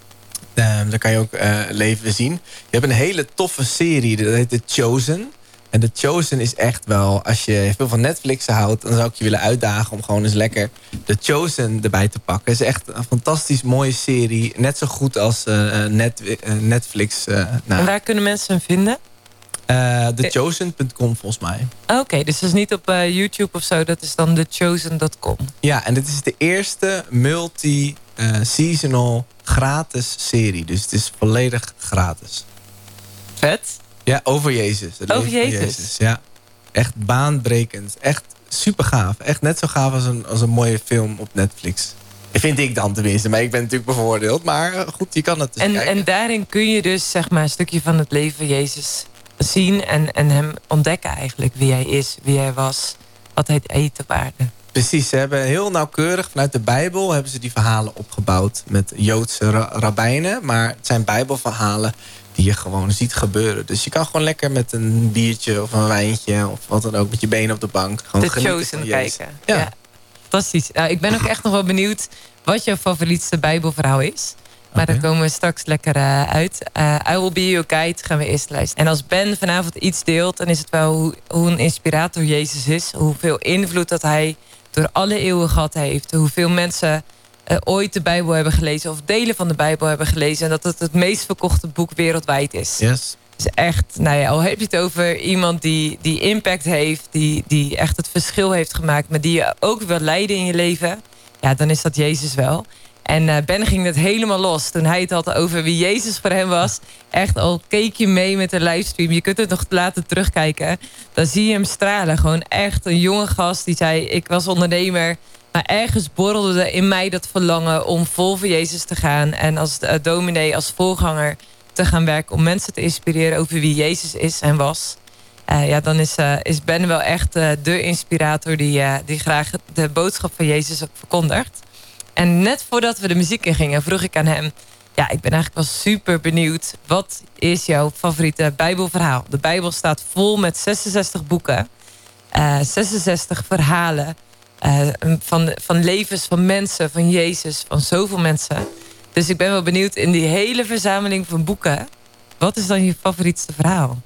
Uh, daar kan je ook uh, leven zien. Je hebt een hele toffe serie, dat heet The Chosen. En The Chosen is echt wel, als je veel van Netflix houdt... dan zou ik je willen uitdagen om gewoon eens lekker The Chosen erbij te pakken. Het is echt een fantastisch mooie serie. Net zo goed als uh, net, uh, Netflix. Uh, nou. En waar kunnen mensen hem vinden? Uh, the chosen punt com volgens mij. Oké, okay, dus dat is niet op uh, YouTube of zo. Dat is dan the chosen punt com. Ja, en dit is de eerste multi-seasonal uh, gratis serie. Dus het is volledig gratis. Vet. Ja, over Jezus. Het over Jezus. Jezus. Ja, echt baanbrekend. Echt super gaaf. Echt net zo gaaf als een, als een mooie film op Netflix. Vind ik dan tenminste. Maar ik ben natuurlijk bevoordeeld. Maar goed, je kan het dus en, kijken. En daarin kun je dus zeg maar een stukje van het leven van Jezus zien. En, en hem ontdekken eigenlijk. Wie hij is, wie hij was. Wat hij eet op aarde. Precies, ze hebben heel nauwkeurig vanuit de Bijbel hebben ze die verhalen opgebouwd met Joodse ra- rabbijnen. Maar het zijn Bijbelverhalen die je gewoon ziet gebeuren. Dus je kan gewoon lekker met een biertje of een wijntje of wat dan ook met je benen op de bank gewoon de Chosen kijken. Ja. ja, fantastisch. Nou, ik ben ook echt nog wel benieuwd wat jouw favorietste Bijbelverhaal is. Maar okay. daar komen we straks lekker uh, uit. Uh, I Will Be Your Guide gaan we eerst luisteren. En als Ben vanavond iets deelt, dan is het wel hoe, hoe een inspirator Jezus is. Hoeveel invloed dat hij door alle eeuwen gehad heeft. Hoeveel mensen uh, ooit de Bijbel hebben gelezen of delen van de Bijbel hebben gelezen. En dat het het meest verkochte boek wereldwijd is. Yes. Dus echt, nou ja, al heb je het over iemand die, die impact heeft, die, die echt het verschil heeft gemaakt, maar die je ook wil leiden in je leven. Ja, dan is dat Jezus wel. En uh, Ben ging het helemaal los toen hij het had over wie Jezus voor hem was. Echt, al keek je mee met de livestream. Je kunt het nog later terugkijken. Dan zie je hem stralen. Gewoon echt een jonge gast die zei, ik was ondernemer. Maar ergens borrelde er in mij dat verlangen om vol voor Jezus te gaan. En als uh, dominee, als voorganger te gaan werken. Om mensen te inspireren over wie Jezus is en was. Uh, ja, dan is, uh, is Ben wel echt uh, de inspirator die, uh, die graag de boodschap van Jezus ook verkondigt. En net voordat we de muziek in gingen, vroeg ik aan hem, ja, ik ben eigenlijk wel super benieuwd. Wat is jouw favoriete Bijbelverhaal? De Bijbel staat vol met zesenzestig boeken. Uh, zesenzestig verhalen. Uh, van, van levens van mensen, van Jezus, van zoveel mensen. Dus ik ben wel benieuwd in die hele verzameling van boeken. Wat is dan je favorietste verhaal?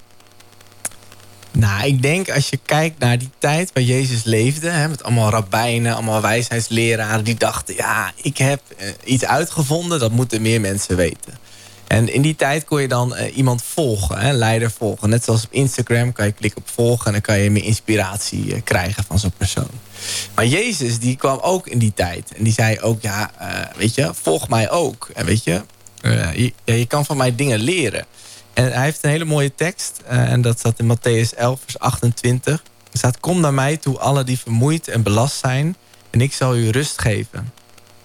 Nou, ik denk als je kijkt naar die tijd waar Jezus leefde, hè, met allemaal rabbijnen, allemaal wijsheidsleraren, die dachten, ja, ik heb uh, iets uitgevonden, dat moeten meer mensen weten. En in die tijd kon je dan uh, iemand volgen, hè, leider volgen. Net zoals op Instagram kan je klikken op volgen en dan kan je meer inspiratie uh, krijgen van zo'n persoon. Maar Jezus, die kwam ook in die tijd. En die zei ook, ja, uh, weet je, volg mij ook. En weet je, uh, je, je kan van mij dingen leren. En hij heeft een hele mooie tekst. Uh, en dat staat in Mattheüs elf, vers achtentwintig. Er staat, kom naar mij toe, alle die vermoeid en belast zijn. En ik zal u rust geven.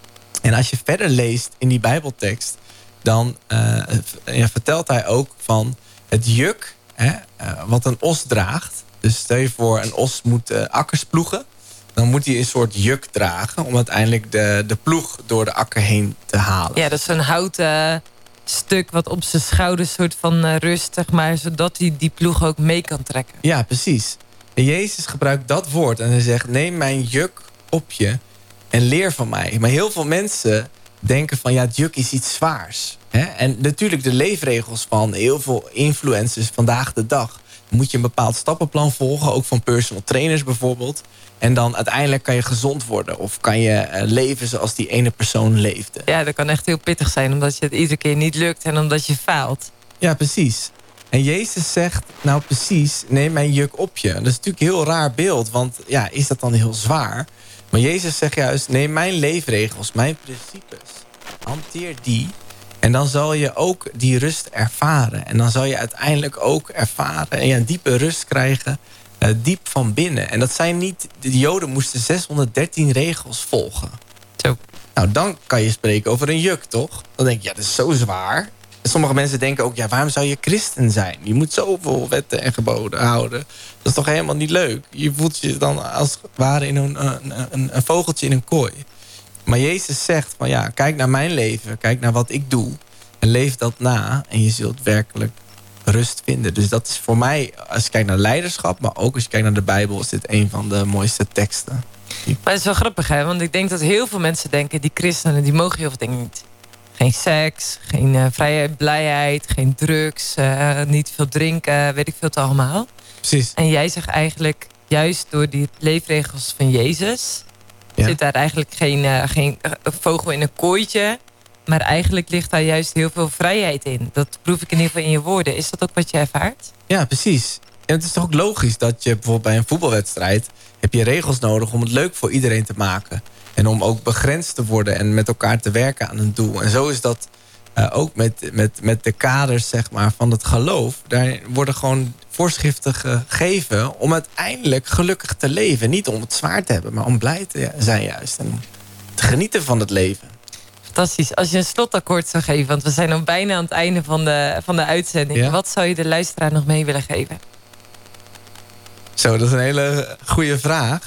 En als je verder leest in die Bijbeltekst, dan uh, ja, vertelt hij ook van het juk, hè, uh, wat een os draagt. Dus stel je voor, een os moet uh, akkers ploegen. Dan moet hij een soort juk dragen om uiteindelijk de, de ploeg door de akker heen te halen. Ja, dat is zo'n houten stuk wat op zijn schouders soort van uh, rust, zeg maar, zodat hij die ploeg ook mee kan trekken. Ja, precies. En Jezus gebruikt dat woord en hij zegt, neem mijn juk op je en leer van mij. Maar heel veel mensen denken van, ja, het juk is iets zwaars. Hè? En natuurlijk de leefregels van heel veel influencers vandaag de dag. Moet je een bepaald stappenplan volgen, ook van personal trainers bijvoorbeeld. En dan uiteindelijk kan je gezond worden. Of kan je uh, leven zoals die ene persoon leefde. Ja, dat kan echt heel pittig zijn, omdat je het iedere keer niet lukt en omdat je faalt. Ja, precies. En Jezus zegt, nou precies, neem mijn juk op je. Dat is natuurlijk een heel raar beeld, want ja, is dat dan heel zwaar? Maar Jezus zegt juist, neem mijn leefregels, mijn principes. Hanteer die. En dan zal je ook die rust ervaren. En dan zal je uiteindelijk ook ervaren en ja, een diepe rust krijgen, uh, diep van binnen. En dat zijn niet, de Joden moesten zeshonderddertien regels volgen. Zo. Nou, dan kan je spreken over een juk, toch? Dan denk je, ja, dat is zo zwaar. En sommige mensen denken ook, ja, waarom zou je christen zijn? Je moet zoveel wetten en geboden houden. Dat is toch helemaal niet leuk? Je voelt je dan als het ware in een, een, een, een vogeltje in een kooi. Maar Jezus zegt van ja, kijk naar mijn leven. Kijk naar wat ik doe. En leef dat na. En je zult werkelijk rust vinden. Dus dat is voor mij, als je kijkt naar leiderschap, maar ook als je kijkt naar de Bijbel, is dit een van de mooiste teksten. Maar het is wel grappig, hè? Want ik denk dat heel veel mensen denken, die christenen, die mogen heel veel dingen niet. Geen seks, geen uh, vrijheid, blijheid, geen drugs, uh, niet veel drinken, weet ik veel het allemaal. Precies. En jij zegt eigenlijk, juist door die leefregels van Jezus, ja, zit daar eigenlijk geen, uh, geen vogel in een kooitje. Maar eigenlijk ligt daar juist heel veel vrijheid in. Dat proef ik in ieder geval in je woorden. Is dat ook wat je ervaart? Ja, precies. En het is toch ook logisch dat je bijvoorbeeld bij een voetbalwedstrijd heb je regels nodig om het leuk voor iedereen te maken. En om ook begrensd te worden en met elkaar te werken aan een doel. En zo is dat uh, ook met, met, met de kaders, zeg maar, van het geloof. Daar worden gewoon voorschriften gegeven om uiteindelijk gelukkig te leven. Niet om het zwaar te hebben, maar om blij te zijn juist. En om te genieten van het leven. Fantastisch. Als je een slotakkoord zou geven, want we zijn al bijna aan het einde van de, van de uitzending. Ja? Wat zou je de luisteraar nog mee willen geven? Zo, dat is een hele goede vraag.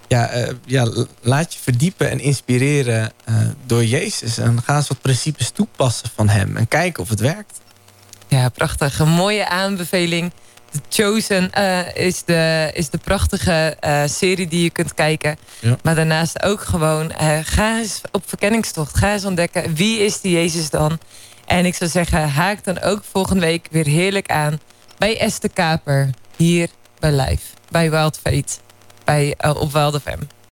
ja, uh, ja, laat je verdiepen en inspireren uh, door Jezus. En ga eens wat principes toepassen van hem. En kijken of het werkt. Ja, prachtig. Een mooie aanbeveling. The Chosen uh, is, de, is de prachtige uh, serie die je kunt kijken. Ja. Maar daarnaast ook gewoon, uh, ga eens op verkenningstocht. Ga eens ontdekken, wie is die Jezus dan? En ik zou zeggen, haak dan ook volgende week weer heerlijk aan bij Esther Kaper. Hier bij Live, bij Wild Fate, bij, uh, op Wild F M.